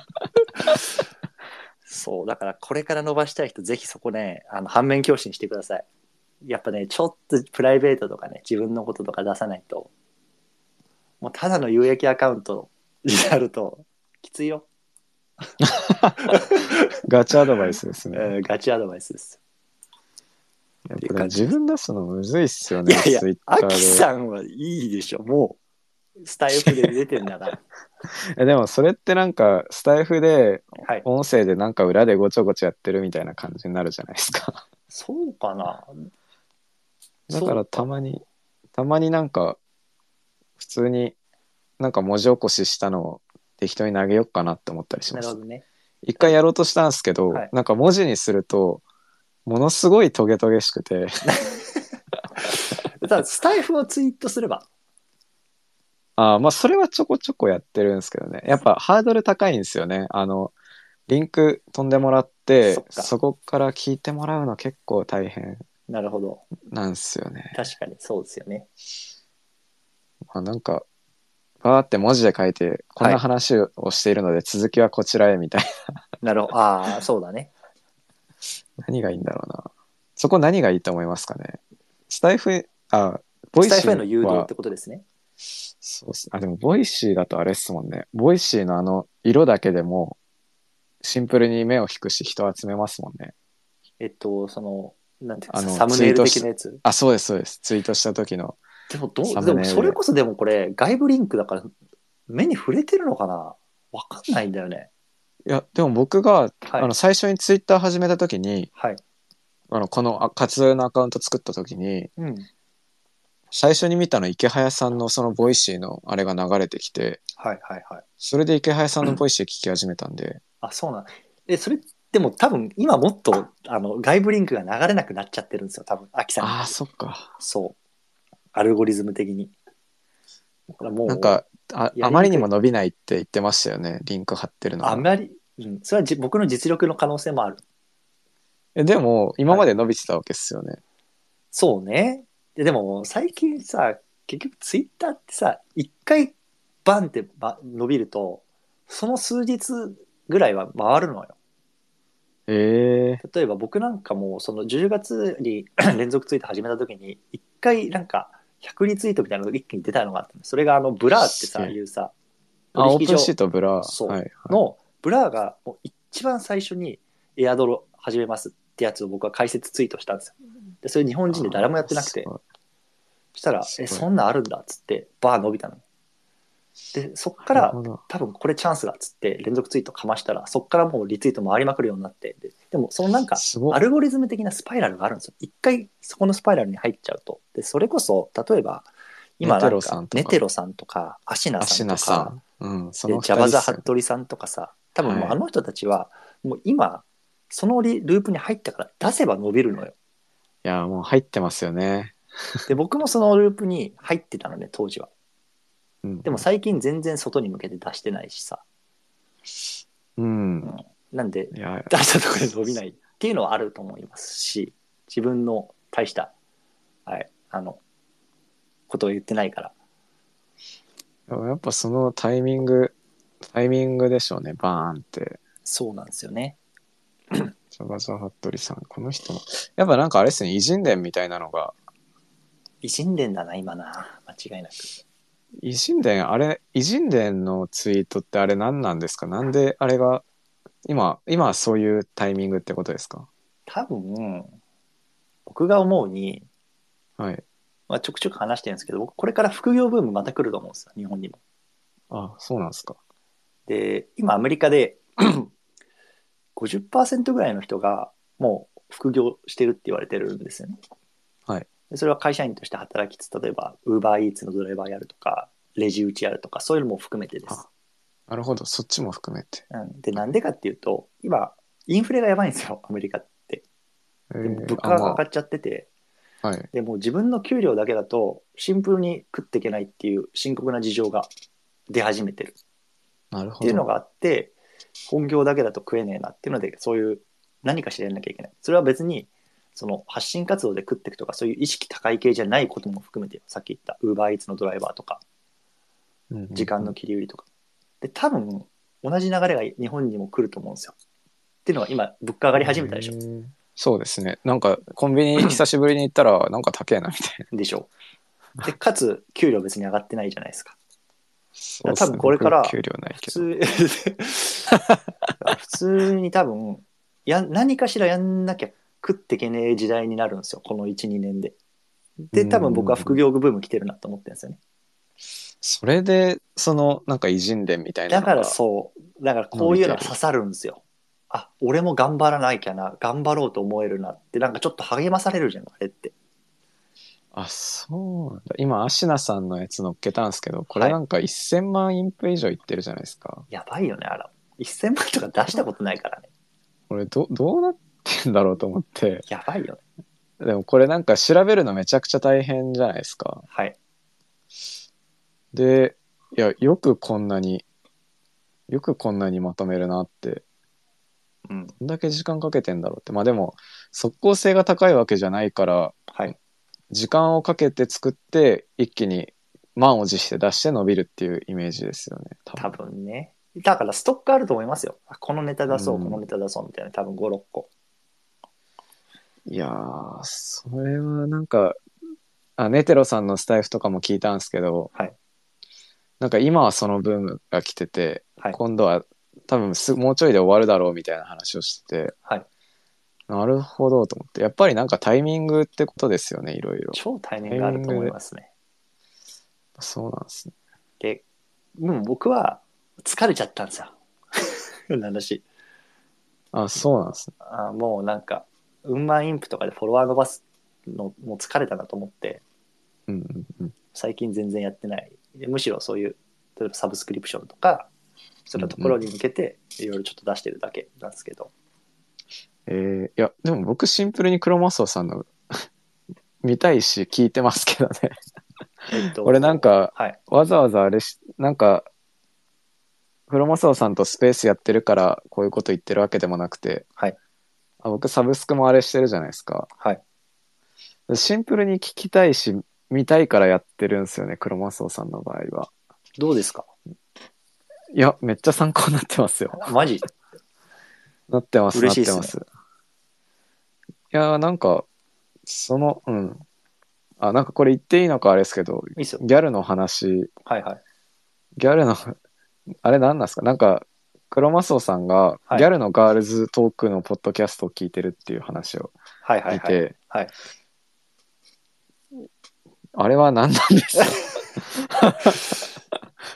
そうだからこれから伸ばしたい人ぜひそこね、あの反面教師にしてください。やっぱねちょっとプライベートとかね自分のこととか出さないと、もうただの有益アカウントになるときついよ。 ガチアドバイスですね。 えー、ガチアドバイスです。 やっぱ自分出すのむずいっすよね。 いやいや、アキさんはいいでしょ。もうスタイフで出てんだから。 でもそれってなんかスタイフで音声でなんか裏でごちょごちょやってるみたいな感じになるじゃないですか。 そうかな。 だからたまにたまになんか普通になんか文字起こししたのを適当に投げようかなって思ったりします。なるほどね。一回やろうとしたんですけど、はい、なんか文字にするとものすごいトゲトゲしくてただスタイフをツイートすれば、 あまあそれはちょこちょこやってるんですけどね、やっぱハードル高いんですよね。あのリンク飛んでもらって そ, そこから聞いてもらうの結構大変なるほどなんですよね。 確かにそうですよね。 まあ、なんかバーって文字で書いてこんな話をしているので続きはこちらへみたいな、はい、なるほど。ああそうだね。 何がいいんだろうな。そこ何がいいと思いますかね。スタイフあボイシーはスタイフへの誘導ってことですね。 そうっす。あでもボイシーだとあれっすもんね。ボイシーのあの色だけでもシンプルに目を引くし人集めますもんね。 えっとそのなんていうかサムネイル的なやつ。 あそうですそうです。ツイートした時のでもどうでもそれこそでもこれ外部リンクだから目に触れてるのかな、わかんないんだよね。 いやでも僕が、はい、あの最初にツイッター始めた時に、 はい、 あのこの活動のアカウント作った時に、うん、最初に見たの池早さんのそのボイシーのあれが流れてきて、 はいはいはい、 それで池早さんのボイシー聞き始めたんで、うん、 あそうなんえそれでも多分今もっとあの外部リンクが流れなくなっちゃってるんですよ多分アキさん。 ああそっか。 そうアルゴリズム的に。 だからもうなんか あ, あまりにも伸びないって言ってましたよね、リンク貼ってるのが。 あまり、うん、それはじ僕の実力の可能性もある。 えでも今まで伸びてたわけですよね。はい、 そうね。ででも最近さ結局ツイッターってさ一回バンってば伸びるとその数日ぐらいは回るのよ。 えー、例えば僕なんかもそのじゅうがつに連続ツイート始めた時に一回なんかひゃくリツイートみたいなのが一気に出たのがあったの。それがあのブラーってさいうさあオープンシートブラーそう、はいはい、のブラーがもう一番最初にエアドロ始めますってやつを僕は解説ツイートしたんですよ。でそれ日本人で誰もやってなくて、そしたらえそんなんあるんだっつってバー伸びたの。 でそっからなるほど。 多分これチャンスだっつって連続ツイートかましたら、そっからもうリツイート回りまくるようになって、ででもそのなんかすごっ。 アルゴリズム的なスパイラルがあるんですよ。一回そこのスパイラルに入っちゃうと。でそれこそ例えば今ネテロさなんかんとか、 ネテロさんとかアシナアシさんとかナさん。うん、そのでジャバザ・二人っすよね。 ハットリさんとかさ、多分もうはい。 あの人たちはもう今そのリループに入ったから出せば伸びるのよ。 いや、もう入ってますよね。 で僕もそのループに入ってたのね当時は。 うん。 でも最近全然外に向けて出してないしさ、 ううんん。 なんでいや、 出したところで伸びないっていうのはあると思いますし、自分の大した、はい、あのことを言ってないから。 やっぱそのタイミング、タイミングでしょうね、バーンって。 そうなんですよね。 ジャバザ・ハットリさん、この人も。やっぱなんかあれですね、偉人伝みたいなのが、 偉人伝だな今な、間違いなく。 偉人伝、あれ、偉人伝のツイートってあれ何なんですか？なんであれが、今、今はそういうタイミングってことですか？ 多分僕が思うに、 はい。 まあ、ちょくちょく話してるんですけど、僕これから副業ブームまた来ると思うんですよ、日本にも。 あ、そうなんですか。 で今アメリカでごじゅっパーセントぐらいの人がもう副業してるって言われてるんですよね。 はい。 でそれは会社員として働きつつ、例えばウーバーイーツのドライバーやるとかレジ打ちやるとか、そういうのも含めてです。 なるほど、そっちも含めて。 うん、でなんでかっていうと今インフレがやばいんですよアメリカって。 えで物ー、あ、ま価が上がっちゃってて、 あ、はい。 でもう自分の給料だけだとシンプルに食っていけないっていう深刻な事情が出始めてるなるほど。 っていうのがあって、本業だけだと食えねえなっていうので、そういう何かしらやんなきゃいけない。それは別にその発信活動で食っていくとか、そういう意識高い系じゃないことも含めて、さっき言ったウーバーイーツのドライバーとかうんうんうん、 時間の切り売りとかで、多分同じ流れが日本にも来ると思うんですよ。っていうのは今物価上がり始めたでしょ。 へーそうですね。なんかコンビニ久しぶりに行ったらなんか高えなみたいな。 でしょ。でかつ給料別に上がってないじゃないですか。 そうですね。 多分これから僕給料ないけど。 普通普通に多分や何かしらやんなきゃ食っていけねえ時代になるんですよ、このいち、にねんで。で多分僕は副業ブーム来てるなと思ってるんですよね。 それで、その、なんか偉人伝みたいなだからのがそうだからこ伸びてる。 ういうのは刺さるんですよ。あ、俺も頑張らなきゃな、頑張ろうと思えるなって、なんかちょっと励まされるじゃんあれって。 あ、そうなんだ。今、アシナさんのやつ乗っけたんですけど、こはい、 れなんかせんまんインプ以上いってるじゃないですか。 やばいよねあら。せんまんとか出したことないからね。 これど、どうなってんだろうと思って。 やばいよね。 でもこれなんか調べるのめちゃくちゃ大変じゃないですか。 はい。 で、いや、よくこんなに、よくこんなにまとめるなって、 うん。 どんだけ時間かけてんだろうって。まあでも、即効性が高いわけじゃないから、 はい。 時間をかけて作って一気に満を持して出して伸びるっていうイメージですよね。 多多分。 分ね。だからストックあると思いますよ。このネタ出そう、このうん。 ネタ出そうみたいな、多分ご、ろっこ。 いやー、それはなんか、あ、ネテロさんのスタイフとかも聞いたんですけど、 はい。 なんか今はそのブームが来てて、 はい。 今度は多分すもうちょいで終わるだろうみたいな話をしてて、 はい。 なるほどと思って、やっぱりなんかタイミングってことですよね、いろいろ。 超タイミンタイグあるとミングで、 思いますね。 そうなんですね。 で、もう僕は疲れちゃったんですよ。話。 あ、そうなんですね。 あ、もうなんか、ウンマンインプとかでフォロワー伸ばすのもう疲れたなと思って、 うんうんうん。 最近全然やってない。でむしろそういう、例えばサブスクリプションとか、そういうところに向けていろいろちょっと出してるだけなんですけど。 えー、いや、でも僕シンプルにクロマスオさんの見たいし聞いてますけどね。 えっと、 俺なんか、 はい。 わざわざあれし、なんか、クロマスオさんとスペースやってるからこういうこと言ってるわけでもなくて、 はい。 あ、僕サブスクもあれしてるじゃないですか。 はい。 シンプルに聞きたいし、見たいからやってるんですよね、クロマスオさんの場合は。 どうですか？ いや、めっちゃ参考になってますよ。 マジなってます、な嬉しいっすね。 ってます。いやー、なんか、その、うん。あ、なんかこれ言っていいのかあれですけど、 いいっすよ。 ギャルの話、 はいはい。 ギャルの、あれ何なんですか？なんか、クロマスオさんがはい。 ギャルのガールズトークのポッドキャストを聞いてるっていう話をはいはいはい。 見て、 はい。 あれは何なんですか？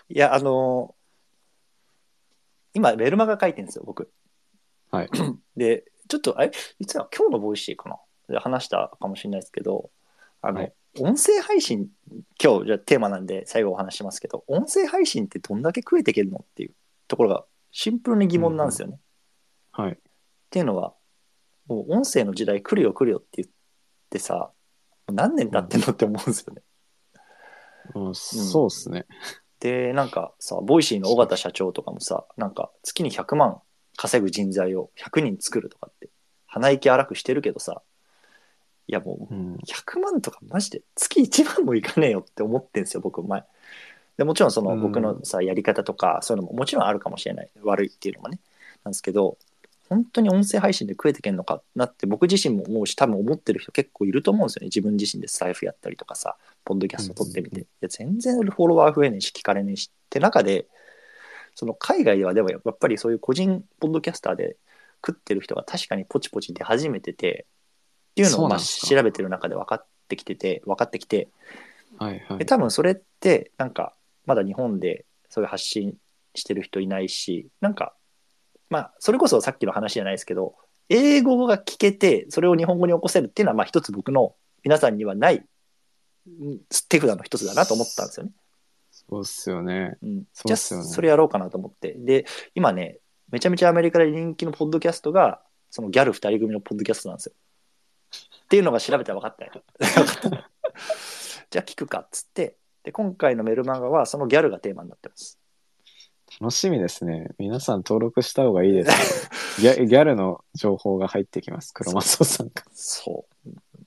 いや、あのー今、メルマガ書いてるんですよ、僕。 はい。 で、ちょっと、あれ、実は今日のボイシーかなで話したかもしれないですけど、あの、 はい。 音声配信、今日じゃあテーマなんで最後お話しますけど、音声配信ってどんだけ食えていけるのっていうところがシンプルに疑問なんですよね。っはい。 ていうのは、もう音声の時代来るよ来るよって言ってさ、もう何年経ってんのって思うんですよね。 うん、 うん。 そうっすね。 で、なんかさ、ボイシーの尾形社長とかもさ、なんか月にひゃくまん稼ぐ人材をひゃくにん作るとかって鼻息荒くしてるけどさ、いやもううん。 ひゃくまんとかマジで月いちまんもいかねえよって思ってんですよ、僕前。でもちろんその僕のうん。 さ、やり方とかそういうのももちろんあるかもしれない。悪いっていうのもね。なんですけど、本当に音声配信で食えてけんのかなって僕自身も思うし、多分思ってる人結構いると思うんですよね。自分自身でスタイフやったりとかさ、ポッドキャうん。 スト撮ってみて。いうん。 や、全然フォロワー増えねえし、聞かれねえしって中で、その海外ではでもやっぱりそういう個人ポッドキャスターで食ってる人が確かにポチポチ出始めてて、っていうのをそうまあなんですか。 調べてる中で分かってきてて、分かってきて、ではいはい。 多分それってなんかまだ日本でそういう発信してる人いないし、なんかまあそれこそさっきの話じゃないですけど、英語が聞けてそれを日本語に起こせるっていうのはまあ一つ僕の皆さんにはない手札の一つだなと思ったんですよね。 そうっすよね。 うん、じゃあそうっすよね。 それやろうかなと思って。で、今ね、めちゃめちゃアメリカで人気のポッドキャストが、そのギャル二人組のポッドキャストなんですよ。っていうのが調べたら分かったよ。分かったね。じゃあ聞くかっつって、で、今回のメルマガはそのギャルがテーマになってます。 楽しみですね。皆さん登録した方がいいですよ。ギャ、ギャルの情報が入ってきます。黒マそうスオさんが。 そう。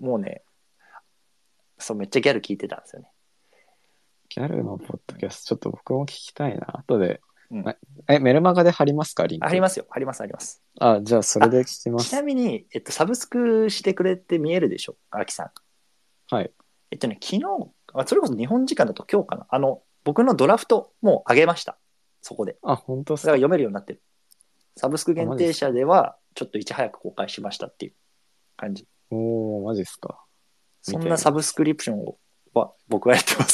もうね、そう、めっちゃギャル聞いてたんですよね。 ギャルのポッドキャスト、ちょっと僕も聞きたいな。後で。 うん。 あえ、メルマガで貼りますかリンク。 ありますよ。あります、あります。 あ、じゃあそれあ、 で聞きまちなす。 みに、えっと、サブスクしてくれて見えるでしょアキさん。 はい。 えっとね、昨日、あそれこそ日本時間だと今日かな。あの、僕のドラフトもう上げました。そこで。だあ、本当っすか。 から読めるようになってる。サブスクあ、 限定マジっすか。 者では、ちょっといち早く公開しましたっていう感じ。 おー、マジっすか。見そんなサてみます。 ブスクリプションをは僕はやってます。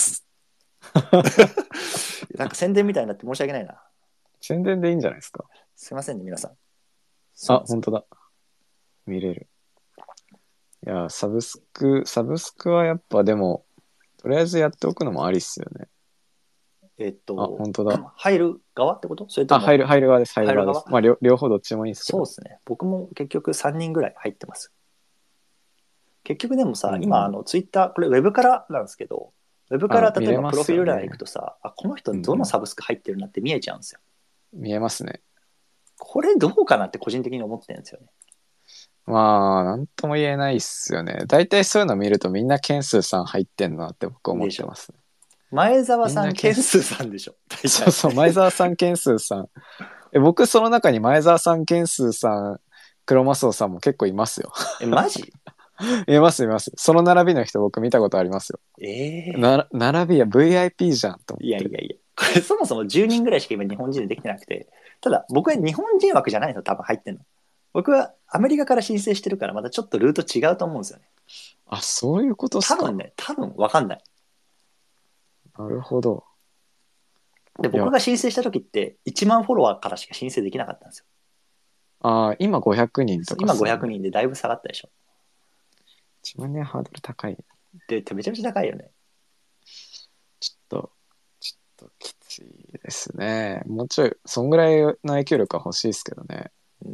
なんか宣伝みたいになって申し訳ないな。 宣伝でいいんじゃないですか。 すいませんね、皆さん。そうあ、 なんですよ。 本当だ。見れる。いや、サブスク、サブスクはやっぱでも、とりあえずやっておくのもありっすよね。 えっあ、 と、 本当だ。 入る側ってことそれとあ、入も、 る、入る側です、入る入る側側です。まあ、両両方どっちもいいんですけど。 そうですね。僕も結局さんにんぐらい入ってます。結局でもさ、今、あうんうん。 の、ツイッター、これウェブからなんですけど、ウェブかあ、 ら例えば見れまプロフィール欄行くすよね。 とさ、あ、この人うんうん。 どのサブスク入ってるなって見えちゃうんですよ。 見えますね。 これどうかなって個人的に思ってるんですよね。 まあ、なんとも言えないっすよね。大体そういうの見るとみんな件数さん入ってんなって僕思っでしょ。 てますね。 前澤みんさん、 な件数。 件数さんでしょ。大体。 そうそう、前澤さん件数さん。え、僕その中に前澤さん件数さん、黒マスオさんも結構いますよ。 え、マジいますいます。その並びの人僕見たことありますよ。 ええな、並びや ブイアイピー じゃんと思ーいやって。 いやいや。これそもそもじゅうにんぐらいしか今日本人でできてなくて、ただ僕は日本人枠じゃないんですよ、多分入ってんの。僕はアメリカから申請してるからまたちょっとルート違うと思うんですよね。 あ、そういうことっすか。 多分ね、多分わかんない。 なるほど。 で、 いや、 僕が申請した時っていちまんフォロワーからしか申請できなかったんですよ。 あー、今ごひゃくにんとかっ今500 すもんね。 人でだいぶ下がったでしょ。 自分でハードル高い。 で、めちゃめちゃ高いよね。 ちょっと、ちょっときついですね。もうちょい、そんぐらいの影響力は欲しいですけどね。 うん。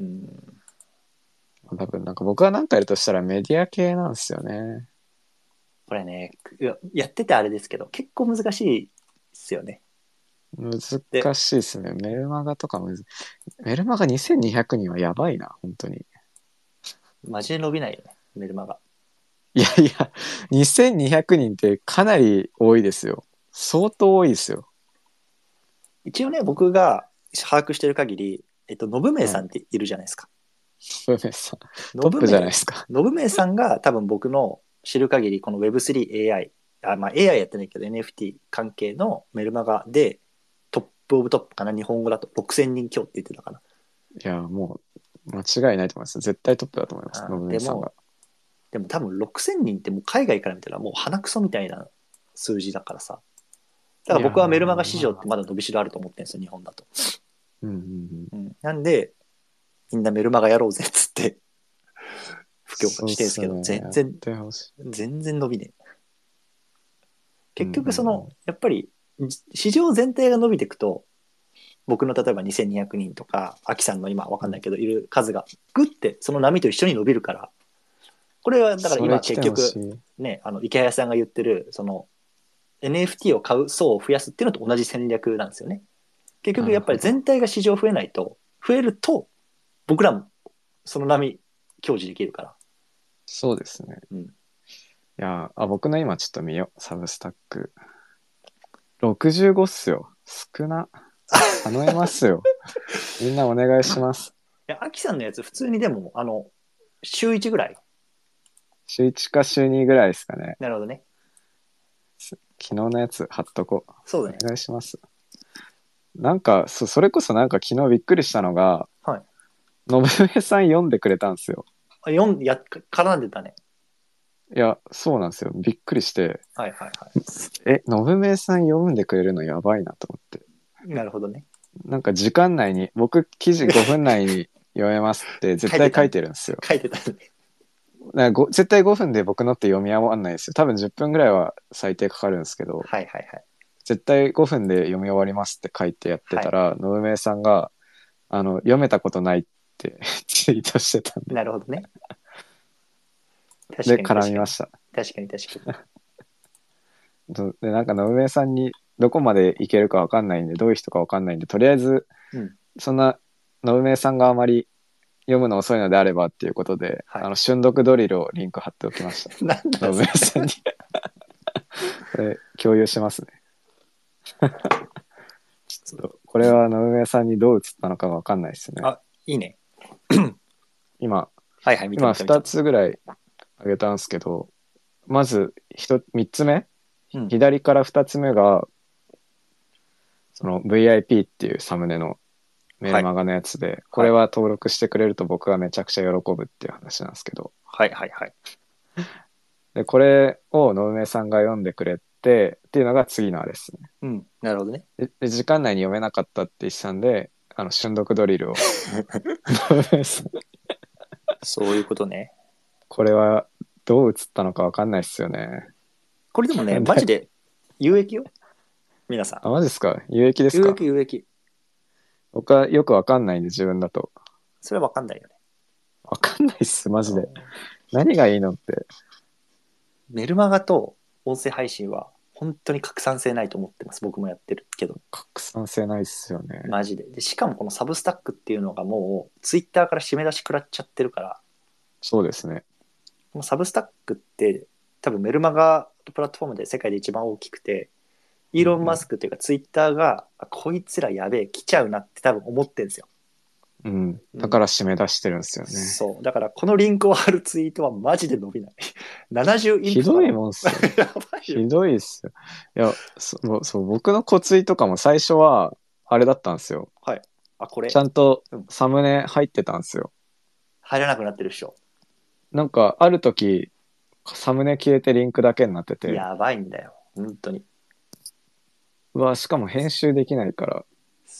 多分なんか僕が何かやるとしたらメディア系なんですよね。 これね、ややっててあれですけど、結構難しいですよね。で、 難しいですね。メルマガとかむず、メルマガにせんにひゃくにんはやばいな、本当に。 マジで伸びないよね、メルマガ。 いやいや、にせんにひゃくにんってかなり多いですよ。相当多いですよ。 一応ね、僕が把握してる限り、えっと、信明はい。 さんっているじゃないですか。 ブメさん、トップじゃない信明、 ですか。 信明さんが多分僕の知る限り、この ウェブスリーエーアイ、あ、まあ エーアイ やってないけど エヌエフティー 関係のメルマガでトップオブトップかな、日本語だとろくせんにん強って言ってたかな。 いや、もう間違いないと思います。絶対トップだと思います。ノあブメイさんが。 でも、でも多分ろくせんにんってもう海外から見たらもう鼻くそみたいな数字だからさ。 だから僕はメルマガ市場ってまだ伸びしろあると思ってるんですよ、日本だと。 うんうんうん、なんで、みんなメルマガやろうぜっつって、布教してるんですけど、 そうっすね全然、 やってほしい全然伸びねえ。結局その、 うんうんうんやっぱり、市場全体が伸びていくと、僕の例えばにせんにひゃくにんとか、アキさんの今わかんないけど、いる数がグッてその波と一緒に伸びるから、これはだから今それ来結局てほしい。 ね、あの池谷さんが言ってる、その エヌエフティー を買う層を増やすっていうのと同じ戦略なんですよね。結局やっぱり全体が市場増えないと、増えると僕らもその波享受できるから。 そうですね。 うん、 いやあ、僕の今ちょっと見よう。サブスタック。ろくじゅうごっすよ。少な。頼めますよ。みんなお願いします。 いや、アキさんのやつ普通にでも、あの、週いちぐらい。 週いちか週にぐらいですかね。 なるほどね。 昨日のやつ貼っとこう。 そうだね。 お願いします。なんか、そそれこそなんか昨日びっくりしたのが、 はい。 信上さん読んでくれたんですよ。 あ読んや、絡んでたね。 いや、そうなんですよ。びっくりして、 はいはいはえ、信上さん読んでくれるのやばいなと思って。 い。なるほどね。 なんか時間内に、僕記事ごふん内に読めますって絶対書いてるんですよ。 書いてたね。 なんかご絶対ごふんで僕のって読み終わんないですよ。多分じゅっぷんぐらいは最低かかるんですけど、 はいはいはい。 絶対ごふんで読み終わりますって書いてやってたら、信明さんが、あの、読めたことないってツイートしてたんで、 なるほどね。確かで、 に絡みました。 確かに確かに。 どで、なんか信明さんにどこまでいけるかわかんないんで、どういう人かわかんないんで、とりあえず、 うん。 そんな、信明さんがあまり読むの遅いのであればっていうことで、 はいあの、瞬読ドリルをリンク貼っておきました。 なんだ信明さんに。これ、共有しますね。ちょっと、これは信明さんにどう映ったのかがわかんないですね。 あ、いいね。 今、 はいはい、見た今見た見たふたつぐらいあげたんですけど、まずみっつめ、 うん左からふたつめがその ブイアイピー っていうサムネのメルマガのやつで、これは登録してくれると僕はめちゃくちゃ喜ぶっていう話なんですけど、 はいはいはい。 でこれを野梅さんが読んでくれてっていうのが次のあれですね。 うん、なるほどね。 でで時間内に読めなかったって言ってたんで、あの瞬読ドリルを野梅さんそういうことね。 これはどう映ったのかわかんないっすよね。 これでもね、マジで有益よ。皆さん。 あ、マジですか？有益です有か？ 益有益。 僕はよくわかんないんで自分だと。 それはわかんないよね。 わかんないっす、マジで。何がいいのって。 メルマガと音声配信は本当に拡散性ないと思ってます。僕もやってるけど。 拡散性ないっすよね。 マジで。で、しかもこのサブスタックっていうのがもうツイッターから締め出し食らっちゃってるから、 そうですね。 このサブスタックって多分メルマガプラットフォームで世界で一番大きくて、イーロン・マスクというかツイッターが、あこいつらやべえ、来ちゃうなって多分思ってるんですよ。 うん。だから締め出してるんですよね。 そう。だからこのリンクを貼るツイートはマジで伸びない。ななじゅうインひプとかどいもんっすよ。 やばいよ。 ひどいっすよ。いや、そそう、僕のコツイとかも最初は、あれだったんですよ。 はい。あ、これちゃんとサムネ入ってたんですよ。 入らなくなってるっしょ。 なんか、ある時、サムネ消えてリンクだけになってて、 やばいんだよ。本当に。 うわ、しかも編集できないから、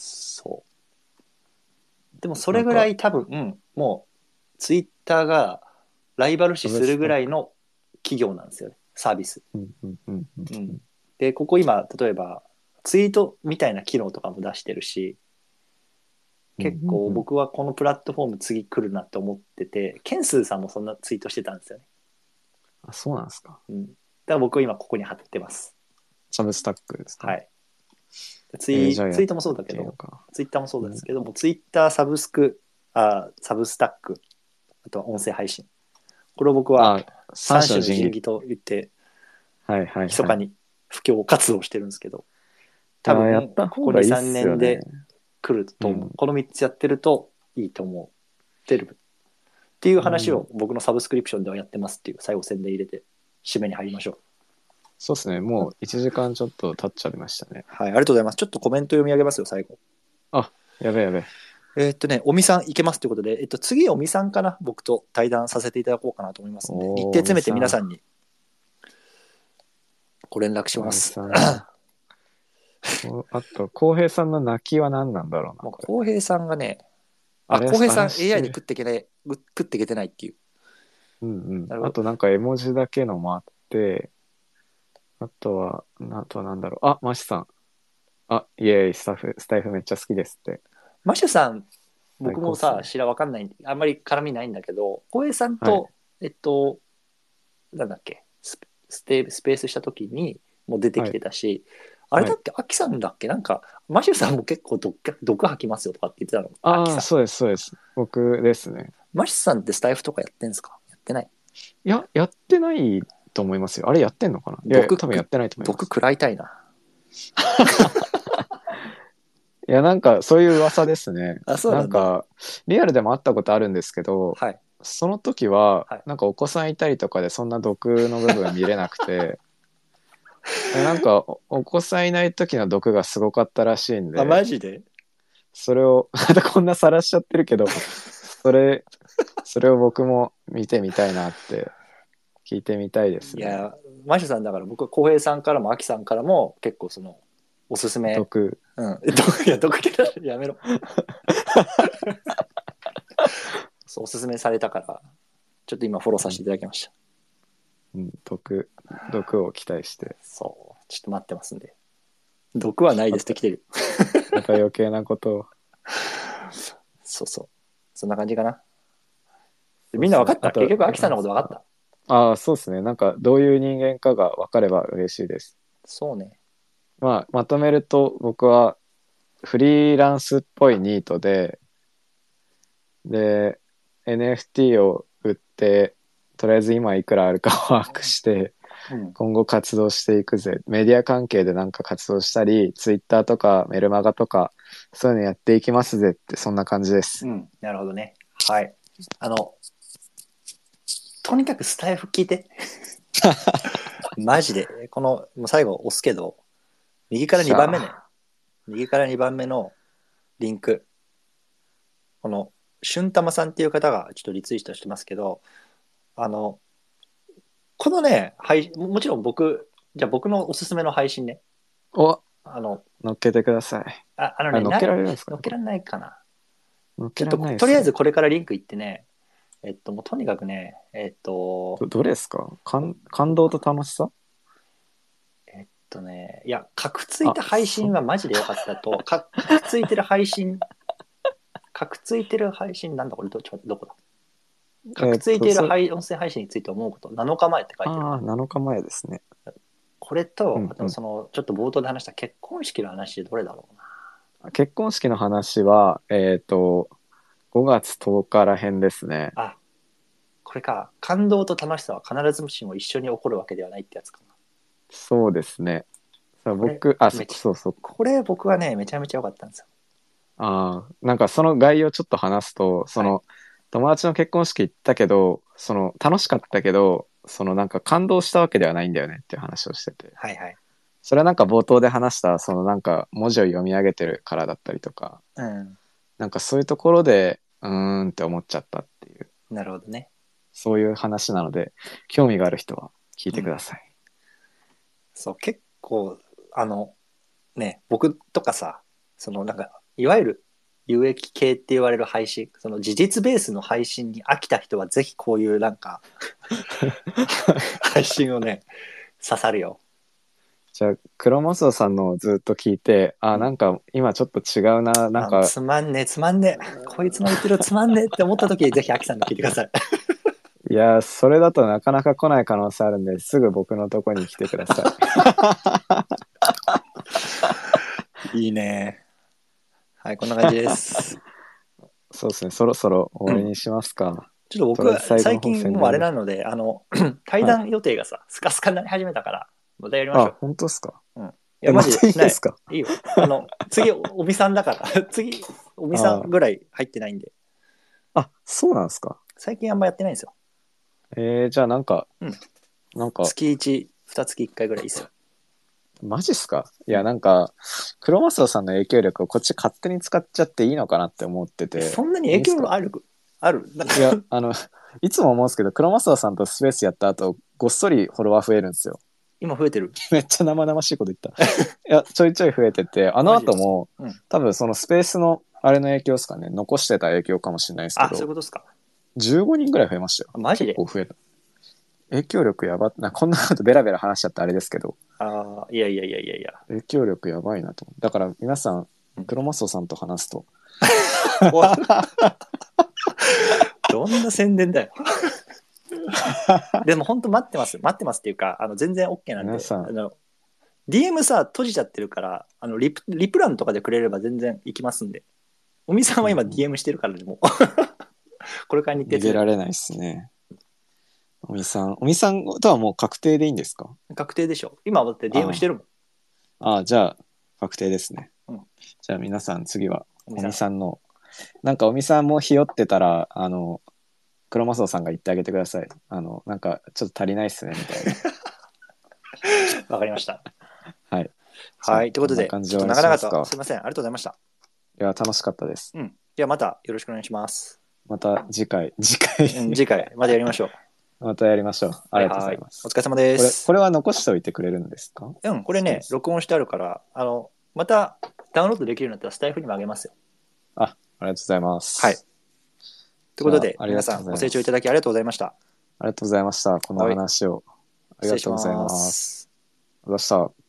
そう。でもそれぐらい多分、うん、もうツイッターがライバル視するぐらいの企業なんですよね。サービス。 うんうんうんうんうんで、ここ今、例えばツイートみたいな機能とかも出してるし、結構僕はこのプラットフォーム次来るなって思ってて、ケンスーさんもそんなツイートしてたんですよね。 あ、そうなんですか。 うん。だから僕は今ここに貼ってます。 サブスタックですか。 はい。ツイ,、 えーじゃあやっツイートもそうだけどてみよう、かツイッターもそうですけども、ツイッターサブスク、あサブスタック、あとは音声配信。これを僕はあ、三種の神器。 三種の神器と言って、 はいはいはい。 密かに布教活動をしてるんですけど、多あーや分ったここに、 方がいいっすよさんね。 ねんで来ると思う。 うんこのみっつやってるといいと思ってる。っていう話を僕のサブスクリプションではやってますっていう最後宣伝入れて締めに入りましょう。 そうですね。もういちじかんちょっと経っちゃいましたね。 はい、ありがとうございます。ちょっとコメント読み上げますよ、最後。 あ、やべやべ。 えーっとね、おみさんいけますということで、えっと、次おみさんかな、僕と対談させていただこうかなと思いますので、 おー日程詰めて皆さんにご連絡します。 おみさんおあと、浩平さんの泣きは何なんだろうな、 もうこれ。 浩平さんがね、あ、 あれ、 浩平さんあれしエーアイ でてる。 食っていけない、ぐ食っていけてないっていう。 うんうん。 なるほど。 あとなんか絵文字だけのもあって、あとは、あとはなんだろう。あ、マシさん。あ、イエーイ、スタッフ、スタイフめっちゃ好きですって。 マシュさん、 最僕もさ、 高っすね。 知らわかんない、あんまり絡みないんだけど、浩平さんはい。 と、えっと、なんだっけ、スペステスペースした時にもう出てきはい。 てたし、あれはい。 だっけ、アキさんだっけ、なんか、マシュさんも結構毒毒吐きますよとかって言ってたの、アキああ、 さん。 そうです、そうです。僕ですね。 マシュさんってスタイフとかやってんすか？やってない？ いや、やってないと思いますよ。あれやってんのかな。いやいや、 毒く、 多分やってないと思いま毒す。 食らいたいな。 いや、なんかそういう噂ですね。 あ、そうなんだ。 なんか、リアルでも会ったことあるんですけど、 はい。 その時は、 はい。 なんかお子さんいたりとかでそんな毒の部分見れなくて、えなんかおお子さんいない時の毒がすごかったらしいんあ、 で、 マジで？ それを、またこんな晒しちゃってるけど、それ、それを僕も見てみたいなって聞いてみたいですね。 いや、マシュさんだから僕は浩平さんからもアキさんからも結構その、おすすめ、 毒。 うん。毒、いや、毒気だやめろ。そう、おすすめされたから、ちょっと今フォローさせていただきました。 うん、毒、毒を期待して。 そう、ちょっと待ってますんで。毒はないですって来てる。 また余計なことを。 そうそう。そんな感じかな。 そうですね。 みんな分かった？ あと、 結局、アキさんのなんですか。 こと分かった？ ああ、そうですね。なんか、どういう人間かが分かれば嬉しいです。 そうね。 まあ、まとめると、僕はフリーランスっぽいニートで、で、エヌエフティー を売って、とりあえず今いくらあるかを把握して、 うん。 今後活動していくぜ。メディア関係でなんか活動したり、ツイッターとかメルマガとか、そういうのやっていきますぜって、そんな感じです。 うん。なるほどね。はい。あの、とにかくスタイフ聞いて。マジで。この、もう最後押すけど、右からしにばんめね。 ゃあ。 右からにばんめのリンク。この、俊玉さんっていう方がちょっとリツイートしてますけど、あの、このね、配もちろん僕、じゃあ僕のおすすめの配信ね。 お、 あの、 乗っけてください。あ、 ああのね、 乗っけない、 られるんですかね、これ。 載っけられないかな。 乗っけられちょっと、 ないですね。 とりあえずこれからリンク行ってね、えっと、もうとにかくね、えっと、 ど、どれですか？感、感動と楽しさ。 えっとね、いや、カクついあ、 た配信そ、 はマジでよかったと、か、カクついてる配信、カクついてる配信なんだこれ、ど、ちょ、どこだ？カクえーっと、 ついているそれ、 配音声配信について思うこと、なのかまえって書いてる。 ああ、なのかまえですね。 これと、あうんうん。 とその、ちょっと冒頭で話した結婚式の話でどれだろうな。 結婚式の話は、えーっと、ごがつとおから編ですね。 あ、これか。感動と楽しさは必ずしも一緒に起こるわけではないってやつかな。 そうですね。さあこれ、 僕、あ、そ、 めちゃ、 そうそう。 これ僕はね、めちゃめちゃ良かったんですよ。 ああ、なんかその概要ちょっと話すと、そはい。 の、友達の結婚式行ったけど、その、楽しかったけど、そのなんか感動したわけではないんだよねっていう話をしてて。 はいはい。 それはなんか冒頭で話した、そのなんか文字を読み上げてるからだったりとか、 うん。 なんかそういうところで、うーんって思っちゃったっていう、 なるほどね。 そういう話なので、興味がある人は聞いうん。 てください。 そう、結構、あの、ね、僕とかさ、そのなんか、いわゆる有益系って言われる配信、その事実ベースの配信に飽きた人はぜひこういうなんか、配信をね、刺さるよ。 じゃあ、黒マスオさんのをずっと聞いて、あ、 うん。 なんか今ちょっと違うな、なんあ、もうか、 つまんねえ、つまんねえ。こいつの言ってるつまんねえって思った時にぜひアキさんの聞いてください。 いや、それだとなかなか来ない可能性あるんで、すぐ僕のとこに来てください。 いいね。はい、こんな感じです。 そうですね、そろそろ終わりうん。 にしますか。 ちょっと僕はとりあえず最後の方最近もうあ宣伝で。 れなので、あの、対はい。 談予定がさ、スカスカになり始めたから、またやりましょあ、 う。 本当ですか？ うん。いや、 え、 マまたいジで、ない。 いですか？ いいよ。あの、次、おみさんだから。次、おみさんあぐらい入ってないんで。 あ、そうなんですか？ 最近あんまやってないんですよ。 えー、じゃあなんか、 うん。 なんか、 月いち、に月いっかいぐらいいいっすよ。 マジっすか？いや、 うん。 なんか、黒マスオさんの影響力をこっち勝手に使っちゃっていいのかなって思ってえ、 て、 そんなに影いいんすか？ 響あるあるなんかいや、あの、いつも思うんですけど、黒マスオさんとスペースやった後、ごっそりフォロワー増えるんですよ。 今増えてる。 めっちゃ生々しいこと言った。いや、ちょいちょい増えてて、あの後も、 うん、 多分そのスペースのあれの影響ですかね、残してた影響かもしれないですけあ、そういうど、 ことですか。 じゅうごにんぐらい増えましたよ。 マジで。 結構増えた。影響力やばな、こんなことベラベラ話しちゃってあれですけど、 ああ、いやいやいやいやいや。 影響力やばいなと。だから皆さんうん、 クロマスオさんと話すと、 どんな宣伝だよ。でも本当待ってます。待ってますっていうか、あの全然 OK なんで、 皆さんあの ディーエム さ、閉じちゃってるから、あのリプ、リプランとかでくれれば全然行きますんで。おみさんは今うんディーエム してるからでも、これから日程逃げられないですね。おみさん、おみさんとはもう確定でいいんですか？ 確定でしょ。今だって ディーエム してるもん。 ああ、じゃあ確定ですね。 うん、 じゃあ皆さん次はおおみさんみさんの、なんかおみさんもひよってたら、あの、クロマスオさんが言ってあげてください。あの、なんかちょっと足りないっすね、みたいな。 わかりました。 はい。 はい。ということで、ちょっと長々とすいません。ありがとうございました。 いや、楽しかったです。 うん。ではまたよろしくお願いします。 また次回、次回、 うん、次回またやりましょう。 またやりましょう。ありがとうございます。 はいはい、お疲れ様でこれ、 す。 これは残しておいてくれるんですか？ うん、これね、録音してあるから、あの、またダウンロードできるようになったらスタイフにもあげますよ。 あ、ありがとうございます。 はい。ということで、 皆皆さんご清聴いただきありがとうございました。 ありがとうございました。こんな話を。ありがとうございます。ありがとうございました。